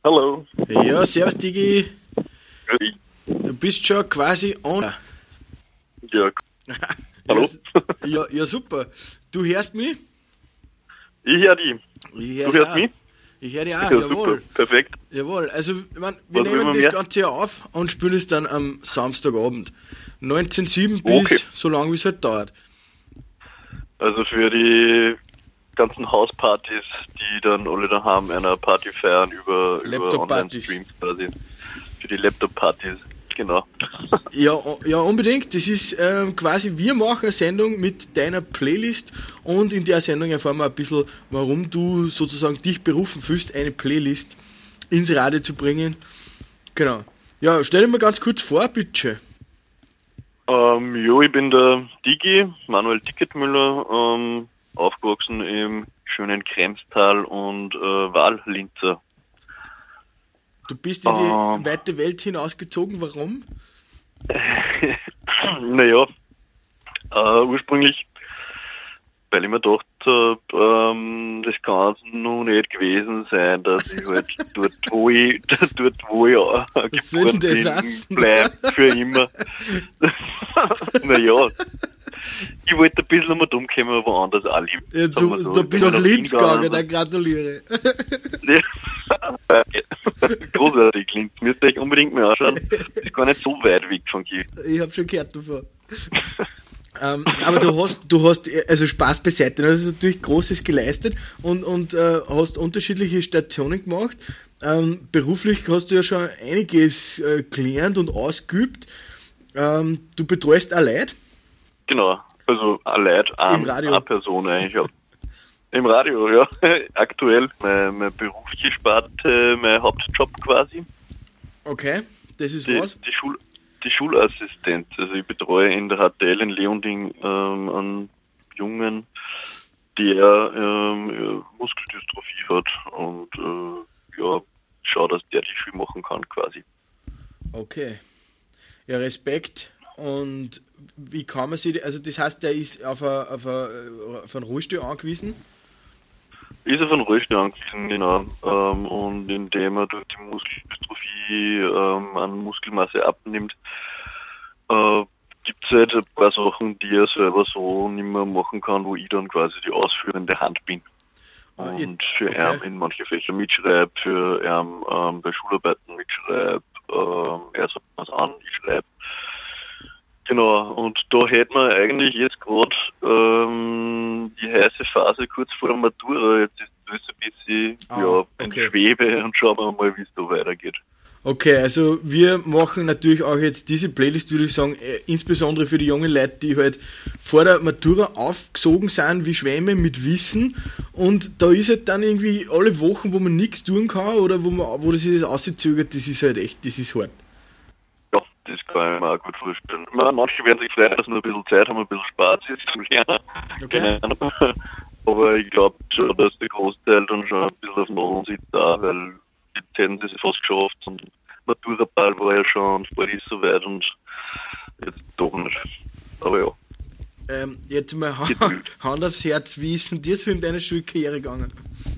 Hallo. Ja, servus Digi. Grüß. Du bist schon quasi on. Ja. Hallo. Ja, super. Du hörst mich? Ich höre dich. Du hörst mich? Ich höre dich auch, Ja, jawohl. super. Perfekt. Jawohl, also ich mein, wir Was will nehmen man das mehr? Ganze ja auf und spielen es dann am Samstagabend. 19.07 bis Okay. so lange wie es halt dauert. Also für die ganzen Hauspartys, die dann alle daheim einer Party feiern über Laptop-Partys. Online-Streams quasi. Für die Laptop-Partys, genau. Ja, unbedingt. Das ist quasi, wir machen eine Sendung mit deiner Playlist und in der Sendung erfahren wir ein bisschen, warum du sozusagen dich berufen fühlst, eine Playlist ins Radio zu bringen. Genau. Ja, stell dir mal ganz kurz vor, bitte. Jo, ich bin der Digi, Manuel Ticketmüller, aufgewachsen im schönen Kremstal und Wahl-Linzer. Du bist in die weite Welt hinausgezogen, warum? Naja, ursprünglich, weil ich mir gedacht habe, das kann es noch nicht gewesen sein, dass ich halt dort, wo ich Was soll geboren denn das bin, heißen? bleib für immer. Naja, ich wollte ein bisschen mal dumm kommen, woanders auch leben. Ja, sagen wir so. du Ich bist bin nach Wien Linz gegangen, gegangen. dann gratuliere. Ja. Großartig klingt. Müsst ihr euch unbedingt mal anschauen. Ist gar nicht so weit weg von hier. Ich habe schon gehört davon. Aber du hast, also Spaß beiseite, du hast natürlich Großes geleistet und hast unterschiedliche Stationen gemacht. Beruflich hast du ja schon einiges gelernt und ausgeübt. Du betreust auch Leute. Genau, also allein Im Radio. eine Person eigentlich. Ja. Im Radio, ja. Aktuell meine berufliche Sparte, mein Hauptjob quasi. Okay, das ist Die, was? die Schulassistenz. Also ich betreue in der HTL in Leonding einen Jungen, der Muskeldystrophie hat und ja, schau, dass der die Schule machen kann quasi. Okay. Ja, Respekt. Und wie kann man sich, also das heißt, der ist auf einen Ruhestuhl angewiesen? Ist auf einen Rollstuhl angewiesen, genau. Und indem er durch die Muskeldystrophie an Muskelmasse abnimmt, gibt es halt ein paar Sachen, die er selber so nicht mehr machen kann, wo ich dann quasi die ausführende Hand bin. Und für ihn in manche Fächer mitschreibe, für ihn bei Schularbeiten mitschreibe, er sagt was an, ich schreibe. Genau, und da hätten wir eigentlich jetzt gerade die heiße Phase kurz vor der Matura. Jetzt ist das ein bisschen in Schwebe und schauen wir mal, wie es da weitergeht. Okay, also wir machen natürlich auch jetzt diese Playlist, würde ich sagen, insbesondere für die jungen Leute, die halt vor der Matura aufgesogen sind wie Schwämme mit Wissen, und da ist halt dann irgendwie alle Wochen, wo man nichts tun kann oder wo das sich das auszögert, das ist halt echt, das ist hart. Ja, das kann ich mir auch gut vorstellen. Manche werden sich freuen, dass wir ein bisschen Zeit haben, ein bisschen Spaß jetzt zum Lernen. Okay. Aber ich glaube schon, dass der Großteil dann schon ein bisschen auf dem Boden sitzt da, weil jetzt hätten sie es fast geschafft und Maturaball war ja schon vor die so weit und jetzt doch nicht. Aber ja. Jetzt mal Hand aufs Herz, wie ist denn dir so in deiner Schulkarriere gegangen?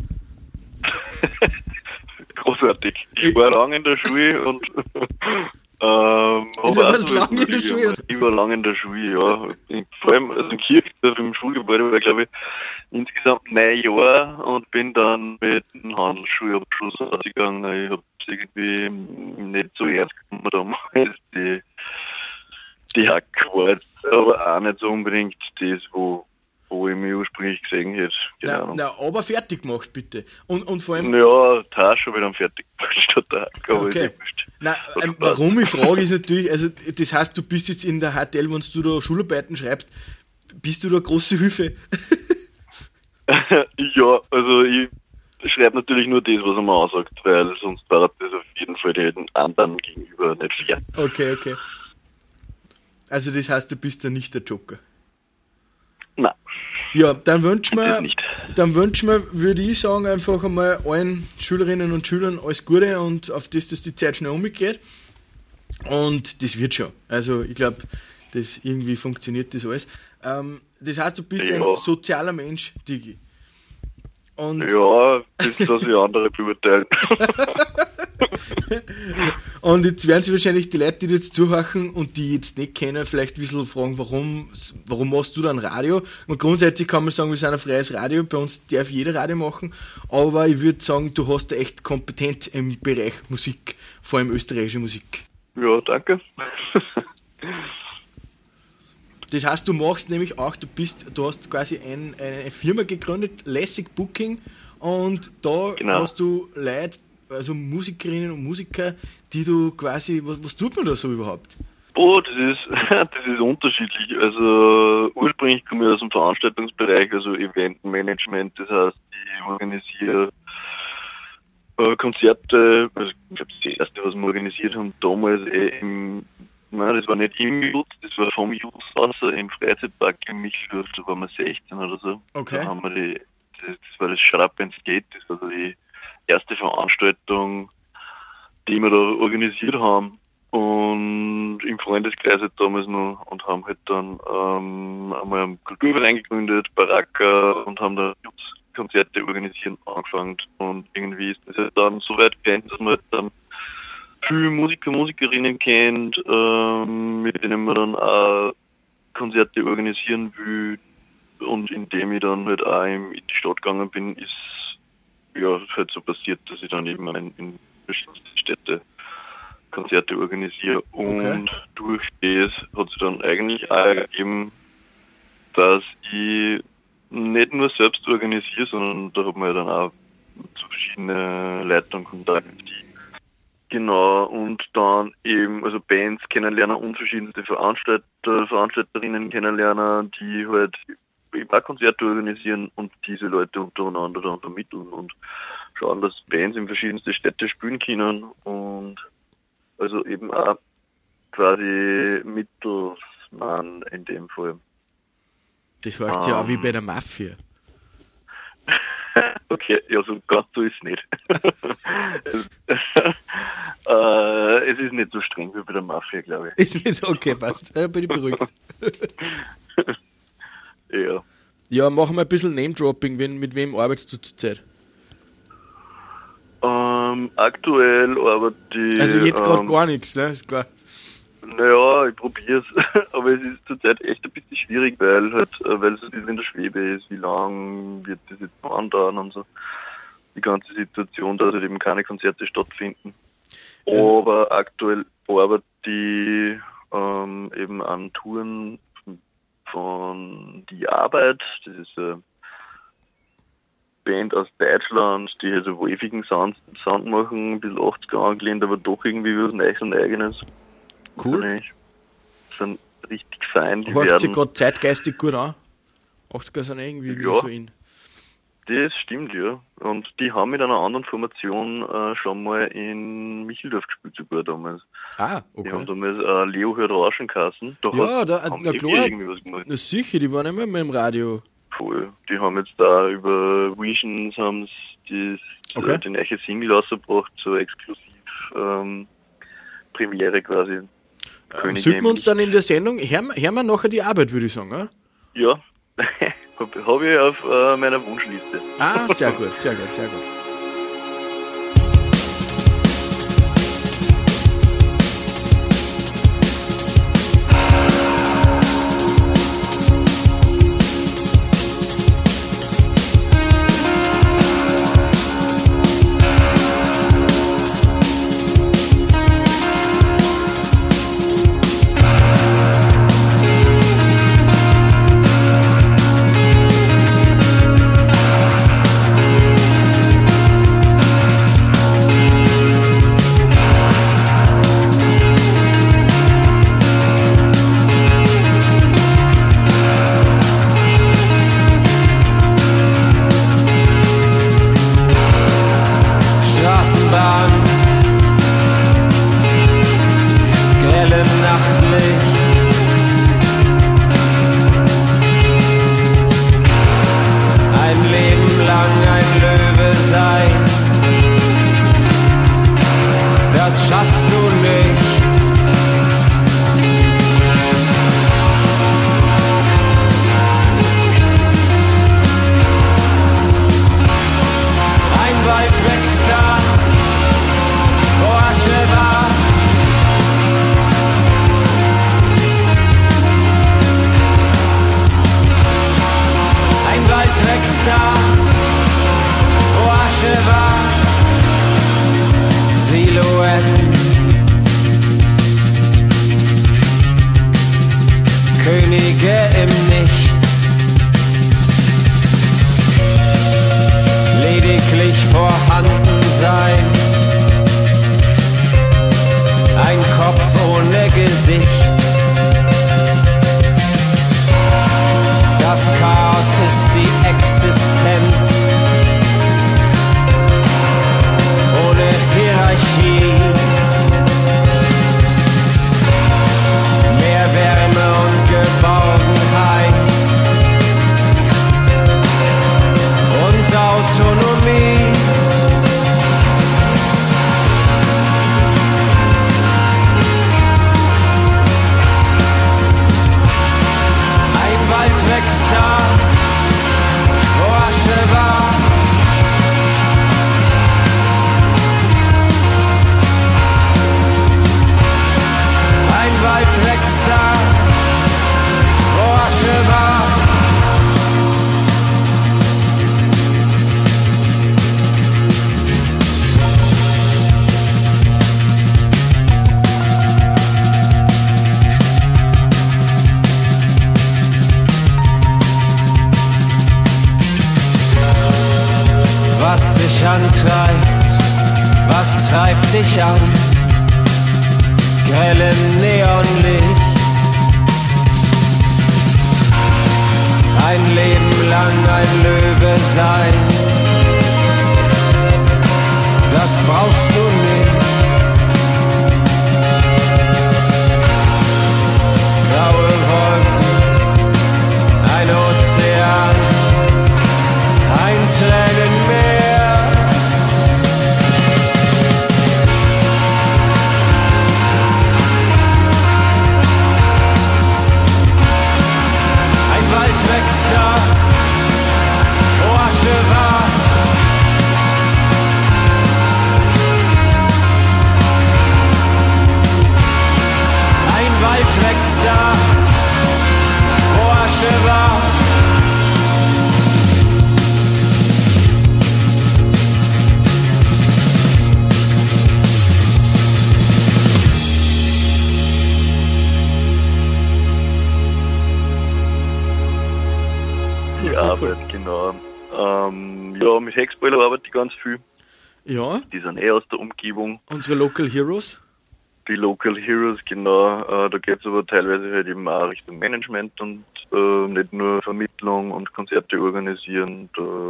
Großartig. Ich war lange in der Schule und Du warst lange in der Schule? Ich war lange in der Schule, ja. Vor allem also in Kirchdorf im Schulgebäude war ich, glaube ich, insgesamt 9 Jahre und bin dann mit einem Handelsschulabschluss rausgegangen. Ich habe es irgendwie nicht so ernst genommen damals. Die Hack war jetzt aber auch nicht so unbedingt das, wo ich mich ursprünglich gesehen hätte. Na, aber fertig gemacht, bitte. Und vor allem... Ja, Tasche habe ich dann fertig gemacht statt der Hack, aber okay. ist nicht. Na, warum ich frage, ist natürlich, also das heißt, du bist jetzt in der HTL, wenn du da Schularbeiten schreibst, bist du da große Hilfe? Ja, also ich schreibe natürlich nur das, was er mir aussagt, weil sonst war das auf jeden Fall den anderen gegenüber nicht fair. Okay. Also das heißt, du bist ja nicht der Joker. Nein. Ja, dann wünschen wir, nicht. würde ich sagen, einfach einmal allen Schülerinnen und Schülern alles Gute und auf das, dass die Zeit schnell umgeht. Und das wird schon. Also ich glaube, das irgendwie funktioniert das alles. Das heißt, du bist ein sozialer Mensch, Digi. Und ja, das lasse ich andere beurteilen. Und jetzt werden sich wahrscheinlich die Leute, die jetzt zuhören und die jetzt nicht kennen, vielleicht ein bisschen fragen, warum machst du dann Radio? Und grundsätzlich kann man sagen, wir sind ein freies Radio, bei uns darf jeder Radio machen, aber ich würde sagen, du hast da echt Kompetenz im Bereich Musik, vor allem österreichische Musik. Ja, danke. Das heißt, du machst nämlich auch, du hast quasi eine Firma gegründet, Lässig Booking, und da hast du Leute, also Musikerinnen und Musiker, die du quasi, was tut man da so überhaupt? Oh, das ist unterschiedlich. Also ursprünglich komme ich aus dem Veranstaltungsbereich, also Eventmanagement, das heißt, ich organisiere Konzerte, also ich glaube, das erste, was wir organisiert haben, damals das war nicht im Jutz, das war vom Jutz aus, im Freizeitpark in Michelhof, da waren wir 16 oder so. Okay. Da haben wir das war das Shut and Skate, das war so die erste Veranstaltung, die wir da organisiert haben. Und im Freundeskreis halt damals noch, und haben halt dann einmal einen Kulturverein gegründet, Baraka, und haben da Konzerte organisieren angefangen. Und irgendwie ist das halt dann so weit gegangen, dass man halt dann viele Musiker, Musikerinnen kennt, mit denen man dann auch Konzerte organisieren will. Und indem ich dann halt auch in die Stadt gegangen bin, ist halt so passiert, dass ich dann eben in bestimmte Städte Konzerte organisiere. Und durch das hat sich dann eigentlich auch ergeben, dass ich nicht nur selbst organisiere, sondern da hat man ja dann auch zu verschiedenen Leuten Kontakt. Genau, und dann eben, also Bands kennenlernen und verschiedenste Veranstalterinnen kennenlernen, die halt eben auch Konzerte organisieren und diese Leute untereinander dann vermitteln und schauen, dass Bands in verschiedenste Städte spielen können und also eben auch quasi Mittelsmann in dem Fall. Das hört sich ja auch wie bei der Mafia. Okay, ja, so ganz so ist es nicht. Es ist nicht so streng wie bei der Mafia, glaube ich. Ist nicht okay, passt. Bin ich beruhigt. Ja. Ja, machen wir ein bisschen Name-Dropping. Mit wem arbeitest du zurzeit? Aktuell arbeite ich... Also jetzt gerade gar nichts, ne? Ist klar. Naja, ich probiere es, aber es ist zurzeit echt ein bisschen schwierig, weil es so in der Schwebe ist, wie lang wird das jetzt noch andauern und so. Die ganze Situation, dass halt eben keine Konzerte stattfinden. Also, aber aktuell arbeite ich eben an Touren von Die Arbeit, das ist eine Band aus Deutschland, die also wolfigen Sound machen, ein bisschen 80er angelehnt, aber doch irgendwie was Neues und Eigenes. Cool. Die sind richtig fein. Die hört sich gerade zeitgeistig gut an. 80er sind irgendwie so in. Das stimmt, ja. Und die haben mit einer anderen Formation schon mal in Micheldorf gespielt sogar damals. Ah, okay. Die haben damals Leo hört Rauschenkassen. Na klar. Na sicher, die waren immer im Radio. Voll. Die haben jetzt da über Visions haben sie die neue Single rausgebracht, so exklusiv Premiere quasi. Sollten wir uns dann in der Sendung, hören wir nachher Die Arbeit, würde ich sagen, oder? Ja, habe ich auf meiner Wunschliste. Ah, sehr gut, sehr gut, sehr gut. Was treibt dich an? Grelle Neonlicht. Ein Leben lang ein Löwe sein, das brauchst du nicht. Graue Wolken, ein Ozean, ein Tränenmeer. Ein Wald wächst da, wo Asche war. Ein Wald wächst da, wo Asche war. Die Arbeit, genau. Ja, mit Hexboiler arbeite ich ganz viel. Ja. Die sind aus der Umgebung. Unsere Local Heroes? Die Local Heroes, genau. Da geht es aber teilweise halt eben auch Richtung Management und nicht nur Vermittlung und Konzerte organisieren.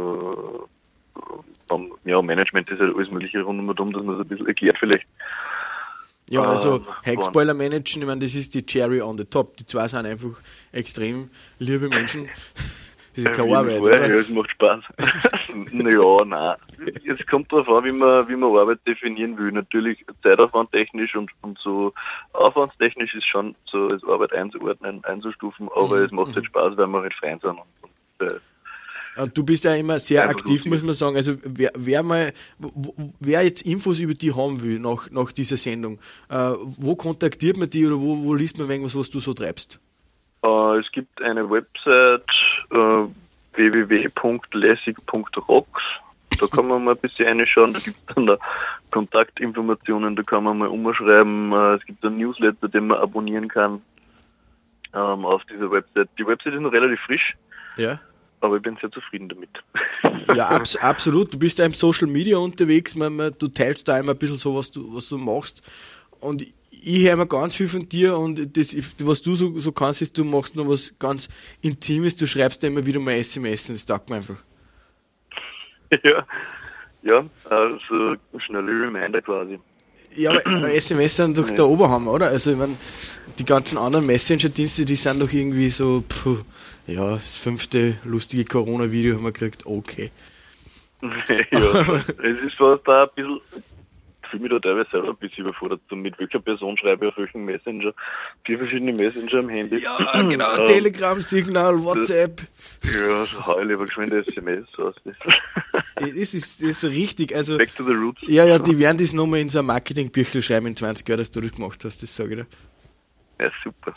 Ja, Management ist halt alles mögliche rund um, dass man es ein bisschen erklärt vielleicht. Ja, also Hexboiler managen, ich meine, das ist die Cherry on the top. Die zwei sind einfach extrem liebe Menschen. Das ist keine Arbeit, oder? Ja, es macht Spaß. Naja, nein. Es kommt darauf an, wie man Arbeit definieren will. Natürlich zeitaufwandtechnisch und so aufwandstechnisch ist schon so als Arbeit einzuordnen, einzustufen, aber es macht halt Spaß, weil wir halt frei sind. Und du bist ja immer sehr aktiv, muss man sagen. Also wer jetzt Infos über die haben will nach dieser Sendung, wo kontaktiert man die oder wo liest man irgendwas, was du so treibst? Es gibt eine Website www.lässig.rocks. Da kann man mal ein bisschen reinschauen. Da gibt es dann da Kontaktinformationen, da kann man mal umschreiben. Es gibt einen Newsletter, den man abonnieren kann auf dieser Website. Die Website ist noch relativ frisch. Ja. Aber ich bin sehr zufrieden damit. Ja, absolut. Du bist ja im Social Media unterwegs. Du teilst da immer ein bisschen so, was du machst. Und ich höre mir ganz viel von dir und das, was du so kannst, ist, du machst noch was ganz Intimes. Du schreibst da immer wieder mal SMS und das taugt mir einfach. Ja, also schnelle Reminder quasi. Ja, aber SMS sind doch der Oberhammer, oder? Also, ich meine, die ganzen anderen Messenger-Dienste, die sind doch irgendwie so, das 5. lustige Corona-Video haben wir gekriegt, okay. Ja, es ist fast da ein bisschen, ich fühle mich da teilweise selber ein bisschen überfordert, mit welcher Person schreibe ich auf welchen Messenger. 4 verschiedene Messenger am Handy. Ja, genau, Telegram, Signal, WhatsApp. Ja, so hau ich lieber geschwind SMS aus. Das ist so richtig, also. Back to the roots. Ja, die werden das nochmal in so ein Marketingbüchel schreiben in 20 Jahren, dass du das gemacht hast, das sage ich dir. Ja, super.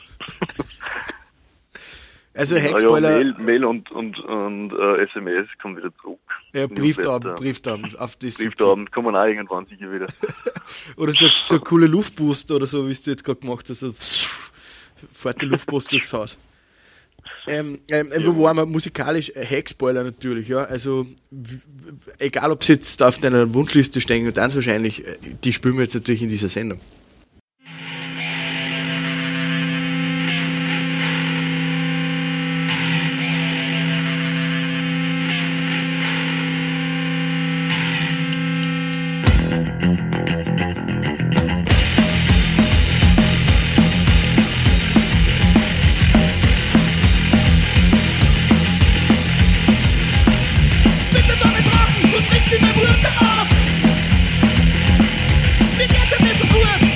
Also Hexboiler. Ja, Mail und SMS kommt wieder zurück. Ja, Brieftaben. Auf das Brieftaben kommen auch irgendwann sicher wieder. Oder so eine coole Luftpost oder so, wie du jetzt gerade gemacht hast. So, fährt die Luftpost durchs Haus. Wo waren wir musikalisch? Hexboiler natürlich, ja. Also, egal ob sie jetzt auf deiner Wunschliste stehen, ganz wahrscheinlich, die spielen wir jetzt natürlich in dieser Sendung. Sonst regt sie mein Bruder auf. Wie geht's denn mir so gut?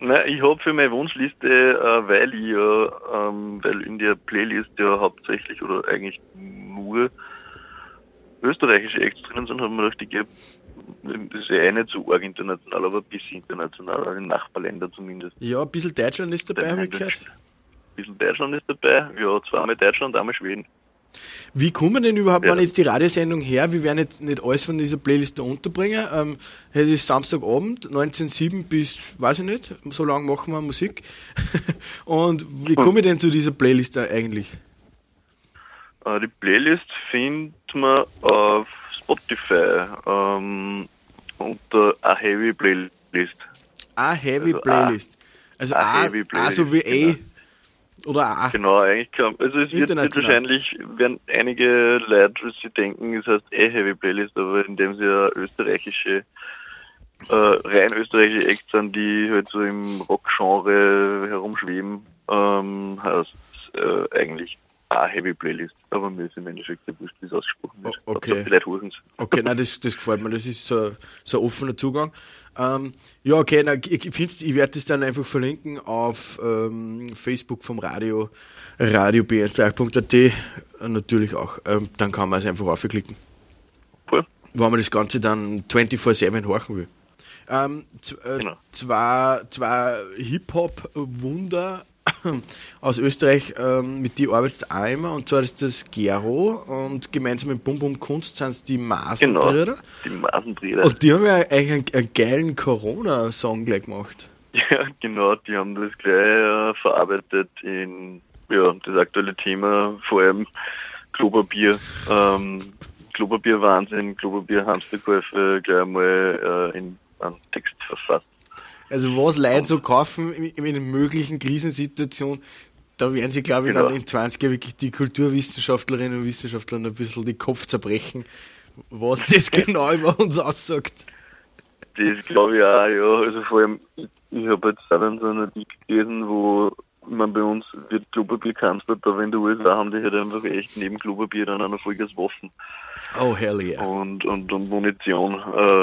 Nein, ich habe für meine Wunschliste, weil in der Playlist ja hauptsächlich oder eigentlich nur österreichische Acts drinnen sind, haben wir gedacht, ich gebe, das ist ja eh nicht so arg international, aber ein bisschen international, in Nachbarländer zumindest. Ja, ein bisschen Deutschland ist dabei, habe ich gehört. Ein bisschen Deutschland ist dabei, ja, zweimal Deutschland, einmal Schweden. Wie kommen denn überhaupt, wenn jetzt die Radiosendung her? Wir werden jetzt nicht alles von dieser Playlist da unterbringen. Es ist Samstagabend, 19:07 bis, weiß ich nicht, so lange machen wir Musik. Und wie komme ich denn zu dieser Playlist da eigentlich? Die Playlist findet man auf Spotify unter A Heavy Playlist. A Heavy Playlist. Also A so wie genau. Oder A. Genau, eigentlich also es wird wahrscheinlich, werden einige Leute sich denken, es heißt Heavy Playlist, aber indem sie ja österreichische, rein österreichische Acts sind, die halt so im Rock-Genre herumschweben, heißt eigentlich A Heavy Playlist. Aber mir ist im Endeffekt der wurscht, wie es ausgesprochen wird. Okay. Die Leute hören's. Okay, nein, das gefällt mir, das ist so ein offener Zugang. Ja, okay, na, ich werde das dann einfach verlinken auf Facebook vom Radio b1.at natürlich auch. Dann kann man es einfach aufklicken. Cool. Wenn man das Ganze dann 24/7 horchen will. Genau. Zwei Hip-Hop-Wunder aus Österreich, mit die arbeitest du auch immer, und zwar ist das Gero und gemeinsam mit Bum Bum Kunst sind es die Masenbrüder. Genau, die Masenbrüder. Und die haben ja eigentlich einen geilen Corona-Song gleich gemacht. Ja, genau, die haben das gleich verarbeitet in das aktuelle Thema, vor allem Klopapier. Klopapier-Wahnsinn, Klopapier-Hamsterkäufe gleich einmal in einen Text verfasst. Also was Leute so kaufen in einer möglichen Krisensituation, da werden sie, glaube ich, genau. Dann in 20 Jahren wirklich die Kulturwissenschaftlerinnen und Wissenschaftler ein bisschen den Kopf zerbrechen, was das genau über uns aussagt. Das glaube ich auch, ja. Also vor allem, ich habe jetzt auch dann so einen Artikel gelesen, wo man bei uns wird Klopapier gekanzelt, aber in den USA haben die halt einfach echt neben Klopapier dann auch noch vollgas Waffen. Oh, hell yeah. Und Munition,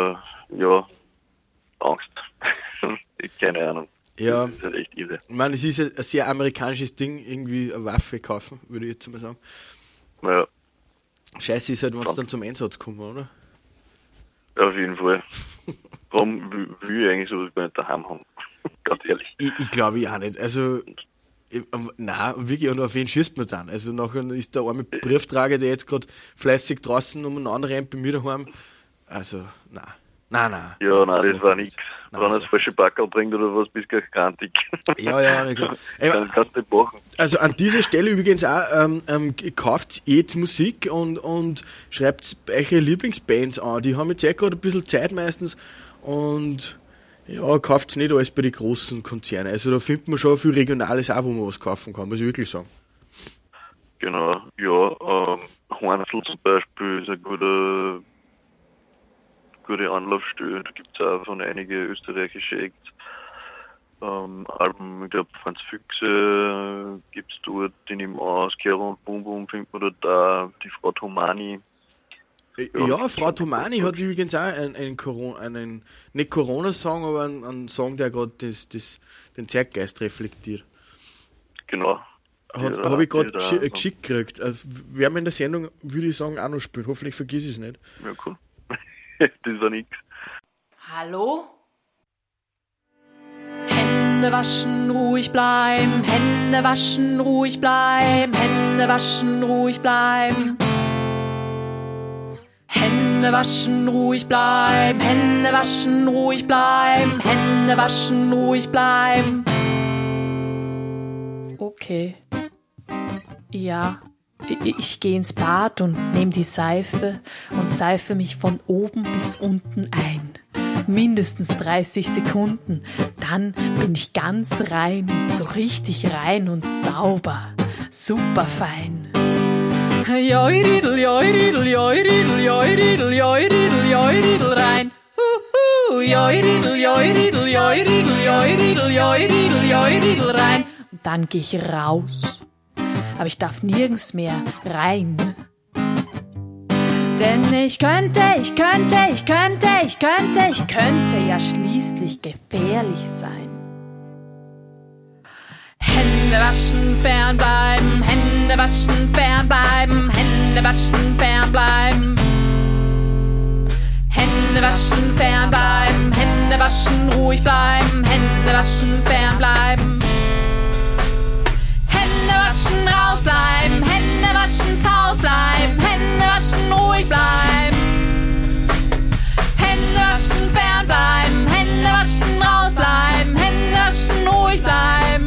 Angst. Keine Ahnung. Ja. Das ist halt echt easy. Ich meine, es ist ein sehr amerikanisches Ding, irgendwie eine Waffe kaufen, würde ich jetzt mal sagen. Ja. Scheiße ist halt, wenn es dann zum Einsatz kommt, oder? Ja, auf jeden Fall. Warum will ich eigentlich sowas gar nicht daheim haben? Ganz ehrlich. Ich glaube ich auch nicht. Also, nein, wirklich, und auf wen schießt man dann? Also nachher ist der arme Briefträger, der jetzt gerade fleißig draußen umeinander rennt, bei mir daheim. Also, nein. Nein. Ja, nein, das war nichts. Wenn er das falsche Backerl bringt oder was, bist du gleich grantig. Ja, klar. Dann kannst du nicht machen. Also an dieser Stelle übrigens auch, kauft jetzt Musik und schreibt eure Lieblingsbands an. Die haben jetzt gerade ein bisschen Zeit meistens und ja, kauft nicht alles bei den großen Konzernen. Also da findet man schon viel Regionales auch, wo man was kaufen kann, muss ich wirklich sagen. Genau, ja, Hornsl zum Beispiel ist eine gute Anlaufstelle. Da gibt es auch von einige österreichische Acts. Alben, ich glaube Franz Füchse gibt es dort, die nehmen aus, Gero und Bum Bum findet man dort da, die Frau Tomani. Ja, Frau Tomani hat übrigens auch einen nicht Corona-Song, aber einen Song, der gerade den Zeitgeist reflektiert. Genau. Habe ich gerade geschickt gekriegt. Also, werden wir in der Sendung, würde ich sagen, auch noch spielen. Hoffentlich vergiss ich es nicht. Ja, cool. Das war nix. Hallo? Hände waschen, ruhig bleiben. Hände waschen, ruhig bleiben. Hände waschen, ruhig bleiben. Hände waschen, ruhig bleiben. Hände waschen, ruhig bleiben. Hände waschen, ruhig bleiben. Okay. Ja. Ich gehe ins Bad und nehme die Seife und seife mich von oben bis unten ein. Mindestens 30 Sekunden, dann bin ich ganz rein, so richtig rein und sauber, super fein. Joiridl, joiridl, joiridl, joiridl, joiridl, joiridl, rein. Joiridl, joiridl, joiridl, joiridl, joiridl, joiridl, rein. Und dann gehe ich raus. Aber ich darf nirgends mehr rein. Denn ich könnte ja schließlich gefährlich sein. Hände waschen, fernbleiben, Hände waschen, fernbleiben, Hände waschen, fernbleiben. Hände waschen, fernbleiben, Hände waschen, ruhig bleiben, Hände waschen, fernbleiben. Hände waschen, rausbleiben, Hände waschen, zu Haus bleiben, Hände waschen, ruhig bleiben. Hände waschen, fernbleiben, Hände waschen, rausbleiben, Hände waschen, ruhig bleiben.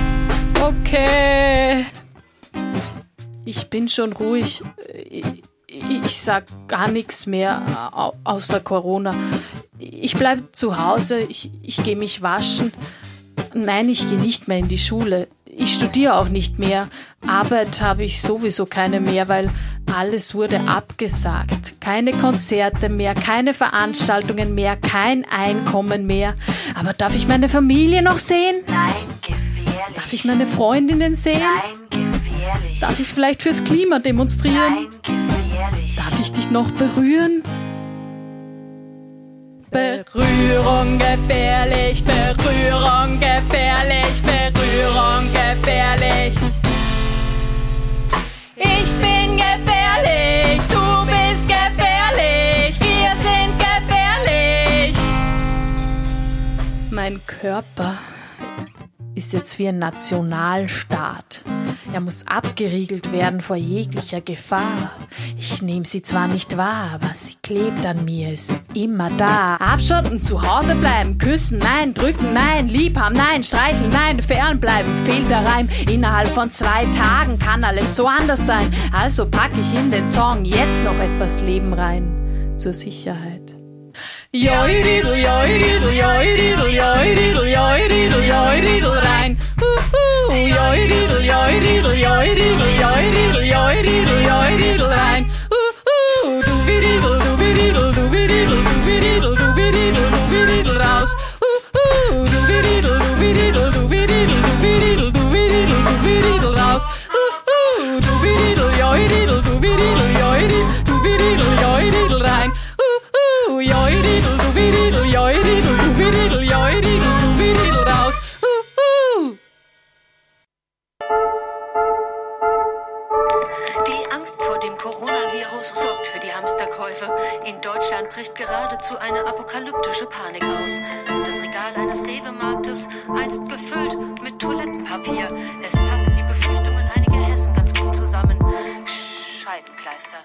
Okay. Ich bin schon ruhig. Ich sag gar nichts mehr außer Corona. Ich bleib zu Hause, ich gehe mich waschen. Nein, ich gehe nicht mehr in die Schule. Ich studiere auch nicht mehr. Arbeit habe ich sowieso keine mehr, weil alles wurde abgesagt. Keine Konzerte mehr, keine Veranstaltungen mehr, kein Einkommen mehr. Aber darf ich meine Familie noch sehen? Nein, gefährlich. Darf ich meine Freundinnen sehen? Nein, gefährlich. Darf ich vielleicht fürs Klima demonstrieren? Nein, gefährlich. Darf ich dich noch berühren? Berührung gefährlich, Berührung gefährlich, Berührung gefährlich. Ich bin gefährlich, du bist gefährlich, wir sind gefährlich. Mein Körper ist jetzt wie ein Nationalstaat. Er muss abgeriegelt werden vor jeglicher Gefahr. Ich nehme sie zwar nicht wahr, aber sie klebt an mir, ist immer da. Abschotten, zu Hause bleiben, küssen, nein, drücken, nein, lieb haben, nein, streicheln, nein, fernbleiben, fehlt der Reim. Innerhalb von 2 Tagen kann alles so anders sein. Also pack ich in den Song jetzt noch etwas Leben rein, zur Sicherheit. Joididl, joididl, joididl, joididl, joididl, joididl rein. Joididl, joididl, joididl, joididl, joididl, joididl rein. Dubididl, dubididl, dubididl, dubididl, dubididl, dubididl raus. Dubididl, dubididl, dubididl, dubididl, dubididl, dubididl raus. Dubididl, joididl, dubididl, joididl, dubididl, joididl rein. Joididl, dubididl, joididl, dubididl, joididl, dubididl raus. Die Angst vor dem Coronavirus sorgt für die Hamsterkäufe. In Deutschland bricht geradezu eine apokalyptische Panik aus. Das Regal eines Rewe-Marktes, einst gefüllt mit Toilettenpapier. Es fasst die Befürchtungen einiger Hessen ganz gut zusammen. Scheibenkleister.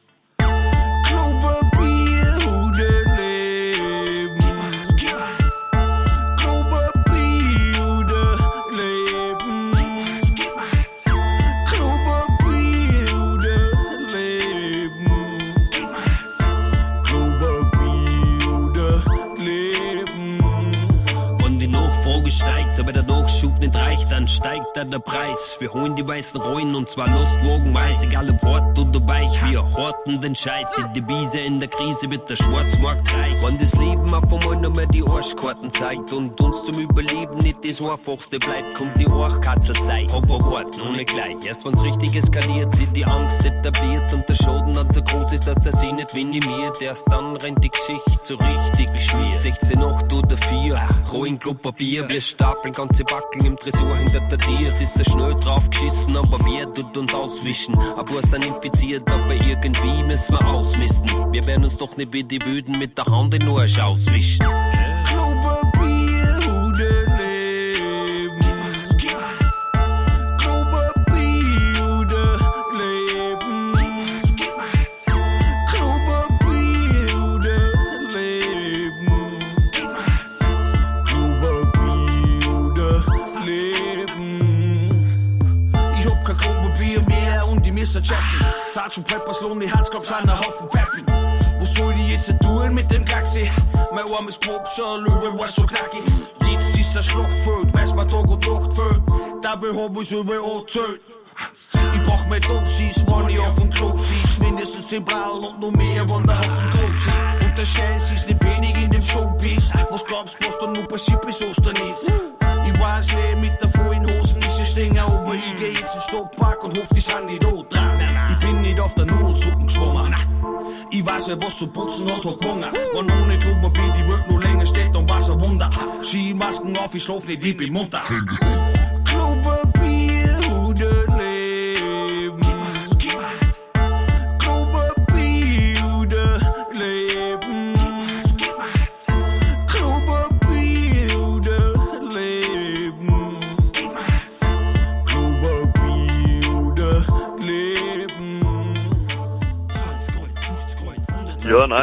Dann steigt da der Preis. Wir holen die weißen Rollen und zwar lostwogenweise, egal ob hart oder weich. Wir horten den Scheiß, die Devise in der Krise wird der Schwarzmarkt reich. Wenn das Leben auf einmal noch mehr die Arschkarten zeigt und uns zum Überleben nicht das Einfachste bleibt, kommt die Arschkatzelzeit. Aber hart, noch nicht gleich. Erst wenn's richtig eskaliert, sich die Angst etabliert und der Schaden dann so groß ist, dass er sich nicht minimiert. Erst dann rennt die Geschichte so richtig schwer. 16, 8 oder 4, Rollen Klopapier. Wir stapeln ganze Backen im Tresor hinter der Tür. Es ist so schnell drauf geschissen, aber wer tut uns auswischen? Ein paar ist dann infiziert, aber irgendwie müssen wir ausmisten. Wir werden uns doch nicht wie die Böden mit der Hand in den Arsch auswischen. Sergeant Peppers Lonely Hearts Club sind ein Haufen Pfeifen. Was soll ich jetzt tun mit dem Gaxi? Mein armes Popsal, Löwe war so knackig. Jetzt ist ein Schlachtfeld, weiß man Tag und Nacht fehlt. Dabei hab ich's überall erzählt. Ich brauch mehr Dosis, wenn ich auf dem Klo sitz. Mindestens 10 Brall und noch mehr, wenn der Haufen groß sitzt. Und der Scheiß ist nicht wenig in dem Showbiz. Was glaubst du, was da noch passiert bis Ostern ist? Ich weiß nicht, mit der vollen Hosen ist es strenger, aber ich geh jetzt in den Stadtpark und hoff, die sind nicht da dran. Ich bin nicht auf der Nudelsuppe geschwommen. Ich weiß, wer was zu putzen hat gewonnen. Wenn ohne Klopapier die Welt noch länger steht, dann war's ein Wunder. Skimasken auf, ich schlaf nicht, ich bin munter. Klopapier.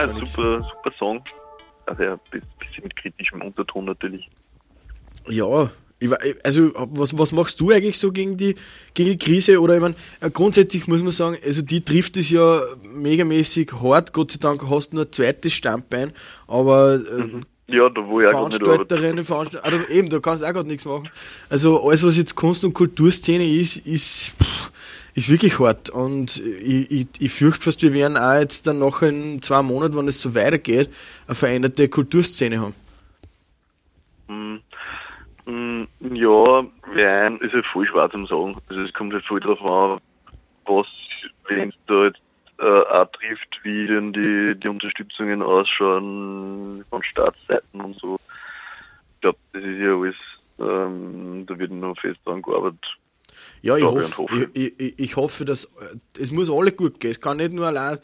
Nein, ein super Song. Also ein bisschen mit kritischem Unterton natürlich. Ja, also was machst du eigentlich so gegen die Krise? Oder ich meine, grundsätzlich muss man sagen, also die trifft es ja megamäßig hart. Gott sei Dank hast du nur ein zweites Standbein, aber ja, da wo ich auch nicht Veranstalterinnen, also eben, da kannst du auch gerade nichts machen. Also alles, was jetzt Kunst- und Kulturszene ist wirklich hart. Und ich fürchte fast, wir werden auch jetzt dann noch in 2 Monaten, wenn es so weitergeht, eine veränderte Kulturszene haben. Ja, ist halt voll schwer zu sagen. Also es kommt halt voll drauf an, was, wenn es da jetzt auch trifft, wie denn die Unterstützungen ausschauen von Staatsseiten und so. Ich glaube, das ist ja alles, da wird noch fest dran gearbeitet. Ja, ich hoffe, dass es muss alle gut gehen. Es kann nicht nur allein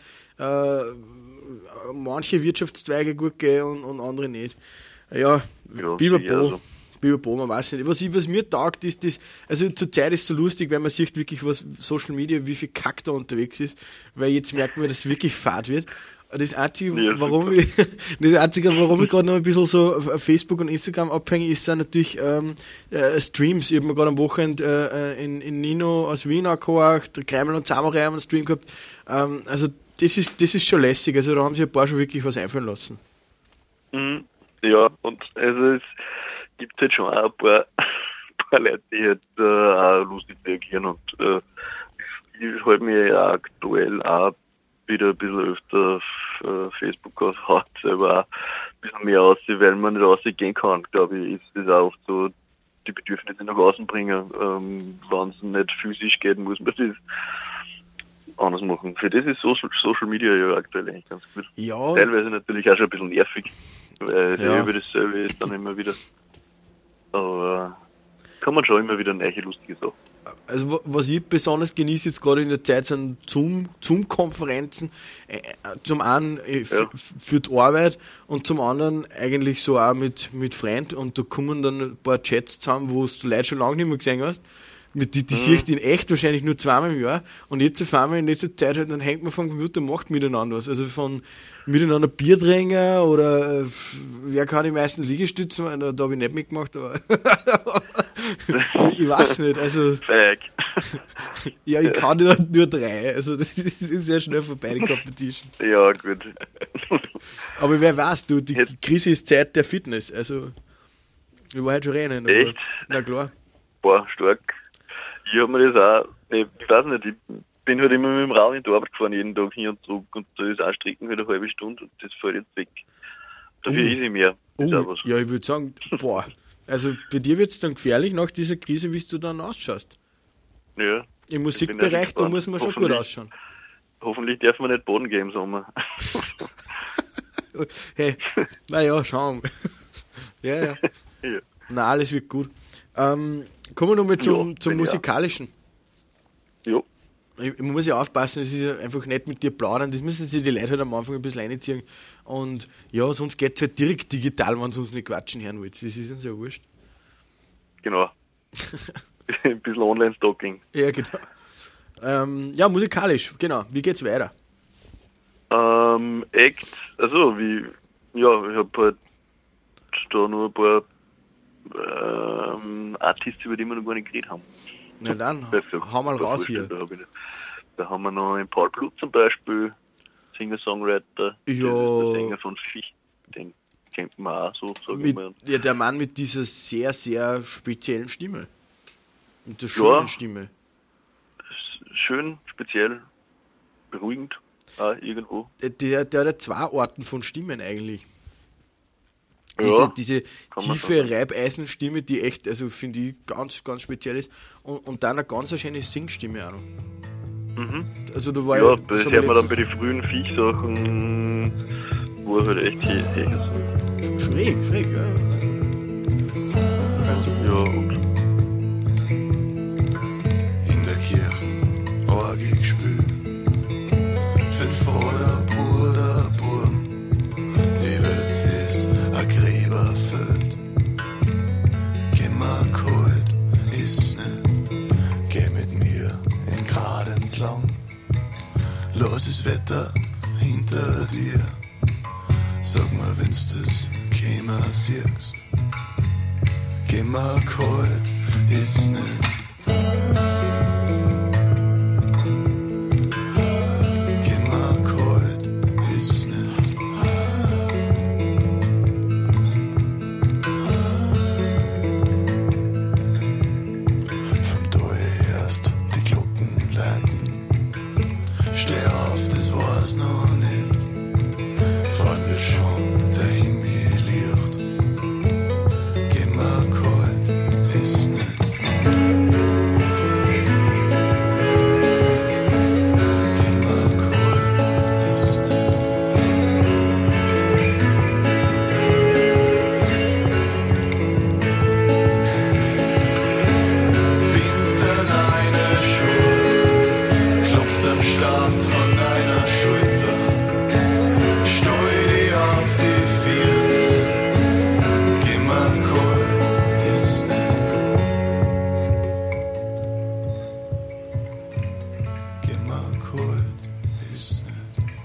manche Wirtschaftszweige gut gehen und andere nicht. Ja, Biberbo, man weiß nicht. Was mir taugt, ist das, also zur Zeit ist es so lustig, weil man sieht wirklich, was Social Media, wie viel Kack da unterwegs ist, weil jetzt merken wir, dass es wirklich fad wird. Das Einzige, warum ich gerade noch ein bisschen so auf Facebook und Instagram abhängig ist, sind natürlich Streams. Ich habe mir gerade am Wochenende in Nino aus Wien angehört, der Kreml und Samurai haben einen Stream gehabt. Also das ist schon lässig, also da haben sich ein paar schon wirklich was einfallen lassen. Ja, und also es gibt halt schon auch ein paar Leute, die halt auch lustig reagieren und ich halte mich ja aktuell auch wieder ein bisschen öfter auf Facebook aushaut, selber auch ein bisschen mehr aussehen, weil man nicht rausgehen kann, glaube ich, ist das auch oft so, die Bedürfnisse nach außen bringen. Wenn es nicht physisch geht, muss man das anders machen. Für das ist Social Media ja aktuell eigentlich ganz gut. Ja. Teilweise natürlich auch schon ein bisschen nervig, weil über dasselbe ist dann immer wieder. Aber kann man schon immer wieder neue lustige Sachen. Also was ich besonders genieße jetzt gerade in der Zeit sind Zoom-Konferenzen, zum einen für die Arbeit und zum anderen eigentlich so auch mit Freunden, und da kommen dann ein paar Chats zusammen, wo du Leute schon lange nicht mehr gesehen hast. Die siehst du in echt wahrscheinlich nur 2-mal im Jahr, und jetzt auf einmal in letzter Zeit halt, dann hängt man vom Computer und macht miteinander was. Also von miteinander Bier trinken oder wer kann die meisten Liegestützen, da habe ich nicht mitgemacht, aber ich weiß nicht, also ja, ich kann nur 3, also das ist sehr schnell vorbei, die Competition. Ja, gut. Aber wer weiß, die Krise ist Zeit der Fitness, also ich war halt schon rennen. Echt? Na klar. Boah, stark. Ich habe mir das auch, ich weiß nicht, ich bin halt immer mit dem Rad in die Arbeit gefahren, jeden Tag hin und zurück, und da ist auch Strecken halt eine halbe Stunde und das fällt jetzt weg. Dafür ist ich mehr. Ja, ich würde sagen, also bei dir wird es dann gefährlich nach dieser Krise, wie du dann ausschaust. Ja. Im Musikbereich, da muss man schon gut ausschauen. Hoffentlich darf man nicht Boden gehen im Sommer. Hey, naja, schauen wir. Ja. Na, alles wird gut. Kommen wir nochmal zum Musikalischen. Jo. Ich muss ja aufpassen, es ist ja einfach nicht mit dir plaudern, das müssen sich die Leute halt am Anfang ein bisschen reinziehen. Und ja, sonst geht es halt direkt digital, wenn sie uns nicht quatschen hören wollt. Das ist uns ja wurscht. Genau. Ein bisschen Online-Stalking. Ja, genau. Ja, musikalisch, genau. Wie geht's weiter? Act, also ich habe halt da nur ein paar Artists, über die wir noch gar nicht geredet haben. Na dann, hau mal raus hier. Da haben wir noch einen Paul Blut zum Beispiel, Singer-Songwriter, der Sänger von Ficht, den kennt man auch so, sage ich mal. Ja, der Mann mit dieser sehr, sehr speziellen Stimme. Und der schönen Stimme. Schön, speziell, beruhigend, auch irgendwo. Der hat ja 2 Arten von Stimmen eigentlich. Diese tiefe Reibeisenstimme, die echt, also finde ich, ganz, ganz speziell ist. Und dann eine ganz schöne Singstimme auch noch. Also da war das hört man dann bei den frühen Viech-Sachen, wo er halt echt ist. Schräg, ja. Also, ja, und in der Kirche, Orgie gespielt, 5 vor der Bruder, die Welt ist ein Gräberfeld. Geh mal kalt, ist nicht, geh mit mir in Grad entlang, los das Wetter hinter dir. nimmer siehst. Geh mal kalt, ist nicht. Geh mal kalt, ist nicht. Vom Tor erst die Glocken läuten. Steh auf, das war's noch nicht. Fahren wir schon, der Himmel liegt. Geh mal kalt, ist nicht. Geh mal kalt, ist nicht. Winter deine Schuhe, klopft am Stab von deiner Schulter. Steu dich auf die Füße, geh mal kalt, ist nicht. Geh mal kalt, ist nicht.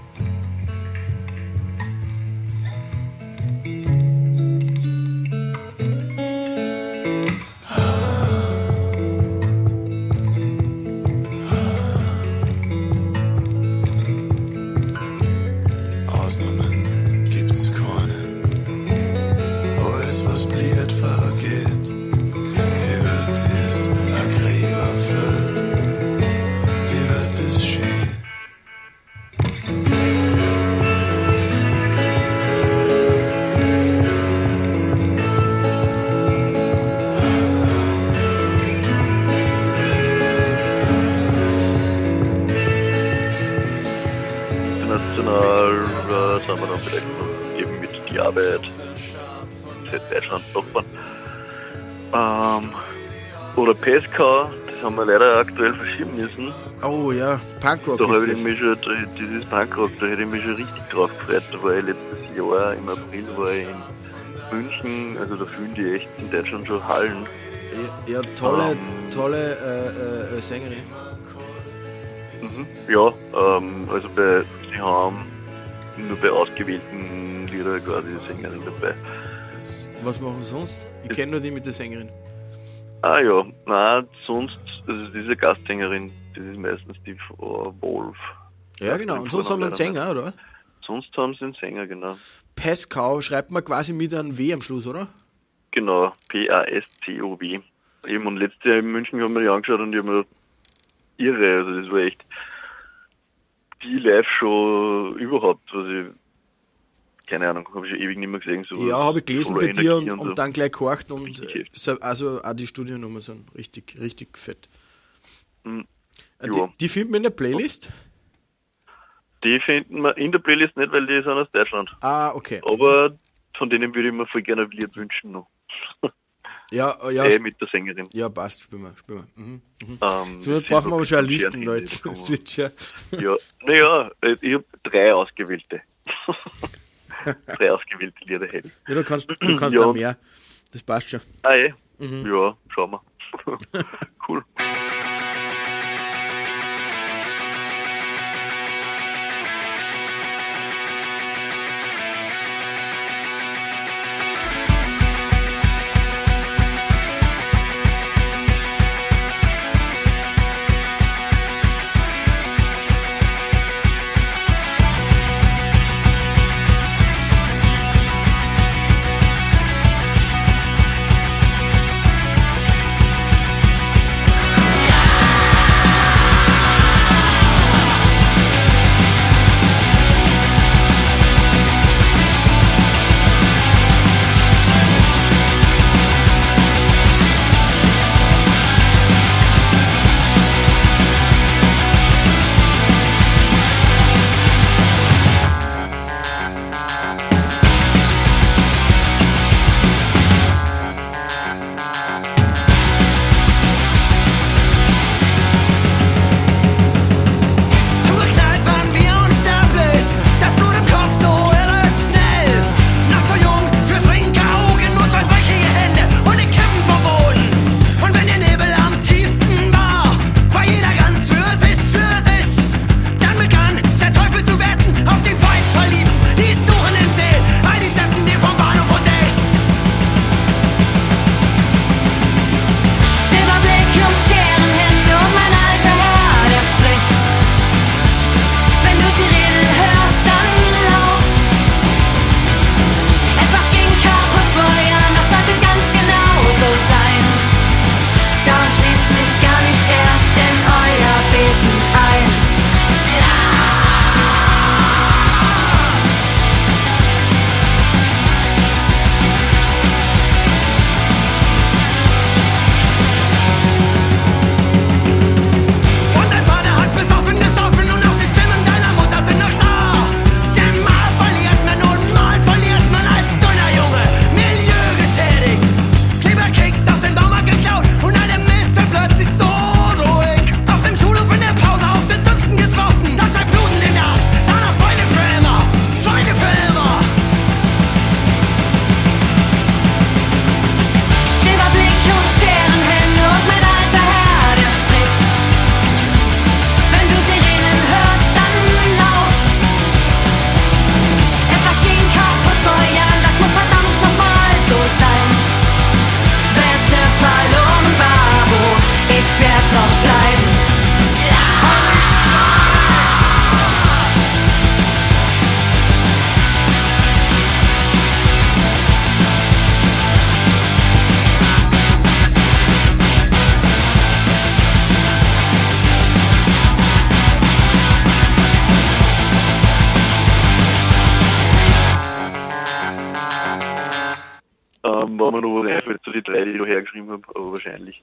Ausnahmen gibt's keine. Alles, was blieb, vergeht. Die Welt ist ein Gräberfeld. Die Welt ist schön. International sind wir dann vielleicht noch eben mit die Arbeit seit Deutschland Nachbarn. Oder PSK, das haben wir leider aktuell verschieben müssen. Oh ja, Punkrock Da habe ist ich mich schon, dieses Punkrock, da hätte ich mich schon richtig drauf gefreut. Da war ich letztes Jahr im April war ich in München, also da fühlen die echt in Deutschland schon Hallen. das. Ja, tolle Sängerin. Ja, also sie haben nur bei ausgewählten Lieder quasi die Sängerin dabei. Was machen sie sonst? Ich kenne nur die mit der Sängerin. Ah ja, nein, sonst, also diese Gastsängerin, das ist meistens die Wolf. Ja, genau. Und sonst haben wir einen Sänger, oder? Sonst haben sie einen Sänger, genau. Pascow schreibt man quasi mit einem W am Schluss, oder? Genau, P-A-S-C-O-W. Eben, und letztes Jahr in München haben wir die angeschaut und die haben mir irre, also das war echt die Live-Show überhaupt, was ich, keine Ahnung, habe ich schon ewig nicht mehr gesehen. So Ja, habe ich gelesen voller bei dir Energie und so. dann gleich gehorcht und Richtig heftig. also auch die Studionummern sind richtig, richtig fett. Mhm. Die, Ja. die finden wir in der Playlist? Die finden wir in der Playlist nicht, weil die sind aus Deutschland. Ah, okay. Aber von denen würde ich mir voll gerne ein Lied wünschen noch. Ja, Mit der Sängerin. ja, passt, spielen wir. Mhm. So, das jetzt brauchen wir aber schon eine sind Liste, so Leute. Konzerte, Das wird schon. Ja, naja, ich habe 3 ausgewählte. 3 ausgewählte Lieder hätte ich. Ja, du kannst Ja. auch mehr. Das passt schon. Ah, ja, schauen wir. Cool. wenn man noch was einfällt, so die 3, die ich da hergeschrieben habe, aber wahrscheinlich.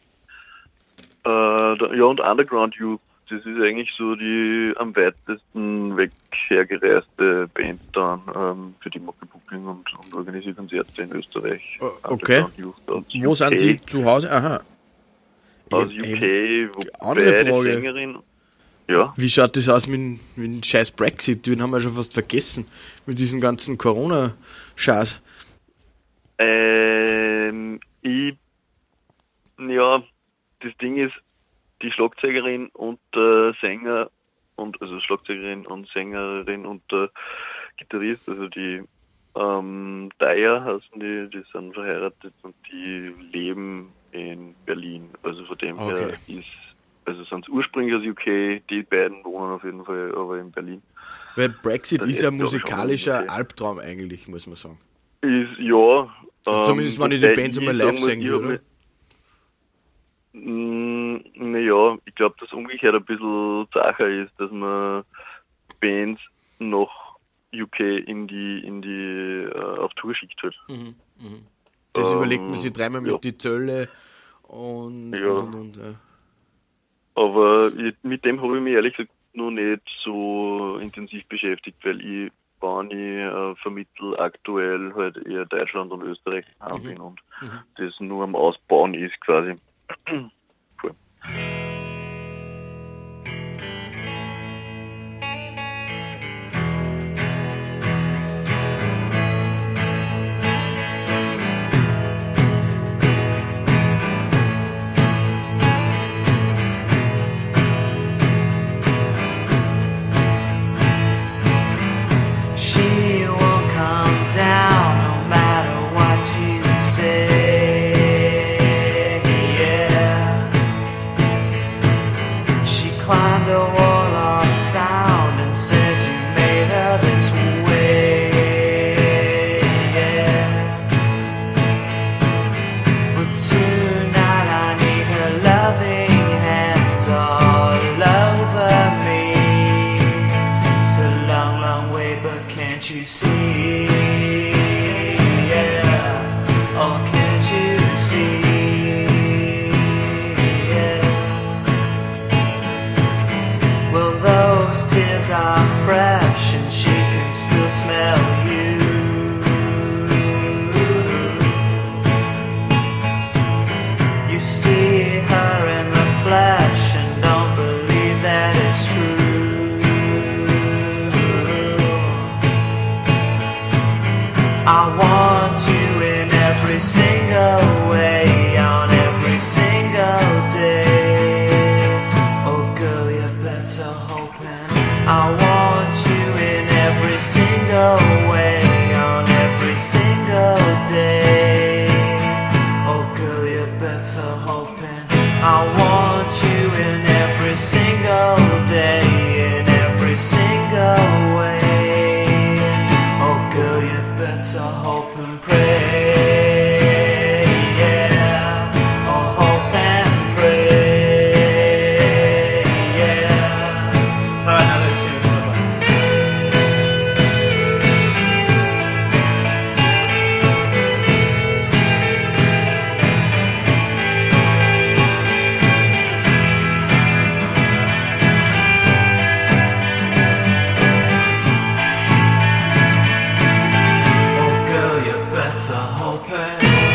Und Underground Youth, das ist eigentlich so die am weitesten weg hergereiste Band dann, für die Mucke Booking und organisiert Konzerte in Österreich. Okay. Wo sind die zu Hause? Aha. Aus UK, andere wobei Frage. die Sängerin, ja. Wie schaut das aus mit dem scheiß Brexit? Den haben wir schon fast vergessen, mit diesem ganzen Corona-Scheiß. Das Ding ist, die Schlagzeugerin und der Sänger also Schlagzeugerin und Sängerin und der Gitarrist, also die Dyer heißen die sind verheiratet und die leben in Berlin. Also von dem her sind es ursprünglich aus UK, die beiden wohnen auf jeden Fall aber in Berlin. Weil Brexit ist ja ein musikalischer Albtraum eigentlich, muss man sagen. Ist, ja. Zumindest wenn ich die Bands einmal live singen würde. Naja, ich glaube, dass umgekehrt ein bisschen Sache ist, dass man Bands nach UK in die auf Tour schickt halt. Das überlegt man sich dreimal mit die Zölle und. Aber mit dem habe ich mich ehrlich gesagt noch nicht so intensiv beschäftigt, weil ich vermittle aktuell halt eher Deutschland und Österreich bin und das nur am Ausbauen ist quasi. Cool. She won't come down no matter what you say. Yeah. She climbed the wall of sound and said you made her this way. Yeah. But tonight I need her loving hands all over me. It's a long, long way, but can't you see? Yeah. Oh, can't you see? Yeah. Well, those tears are fresh and she can still smell you. You see her in the flesh and don't believe that it's true. I want you in every single way, on every single day. Oh girl, you better hoping. I want you in every single way, on every single day. Oh girl, you better hoping. I want you in every single day, in every single way. Oh girl, you better hope and pray. Yeah. Oh, hope and pray. Yeah. Alright, now let's sing it. Oh girl, you better hope it.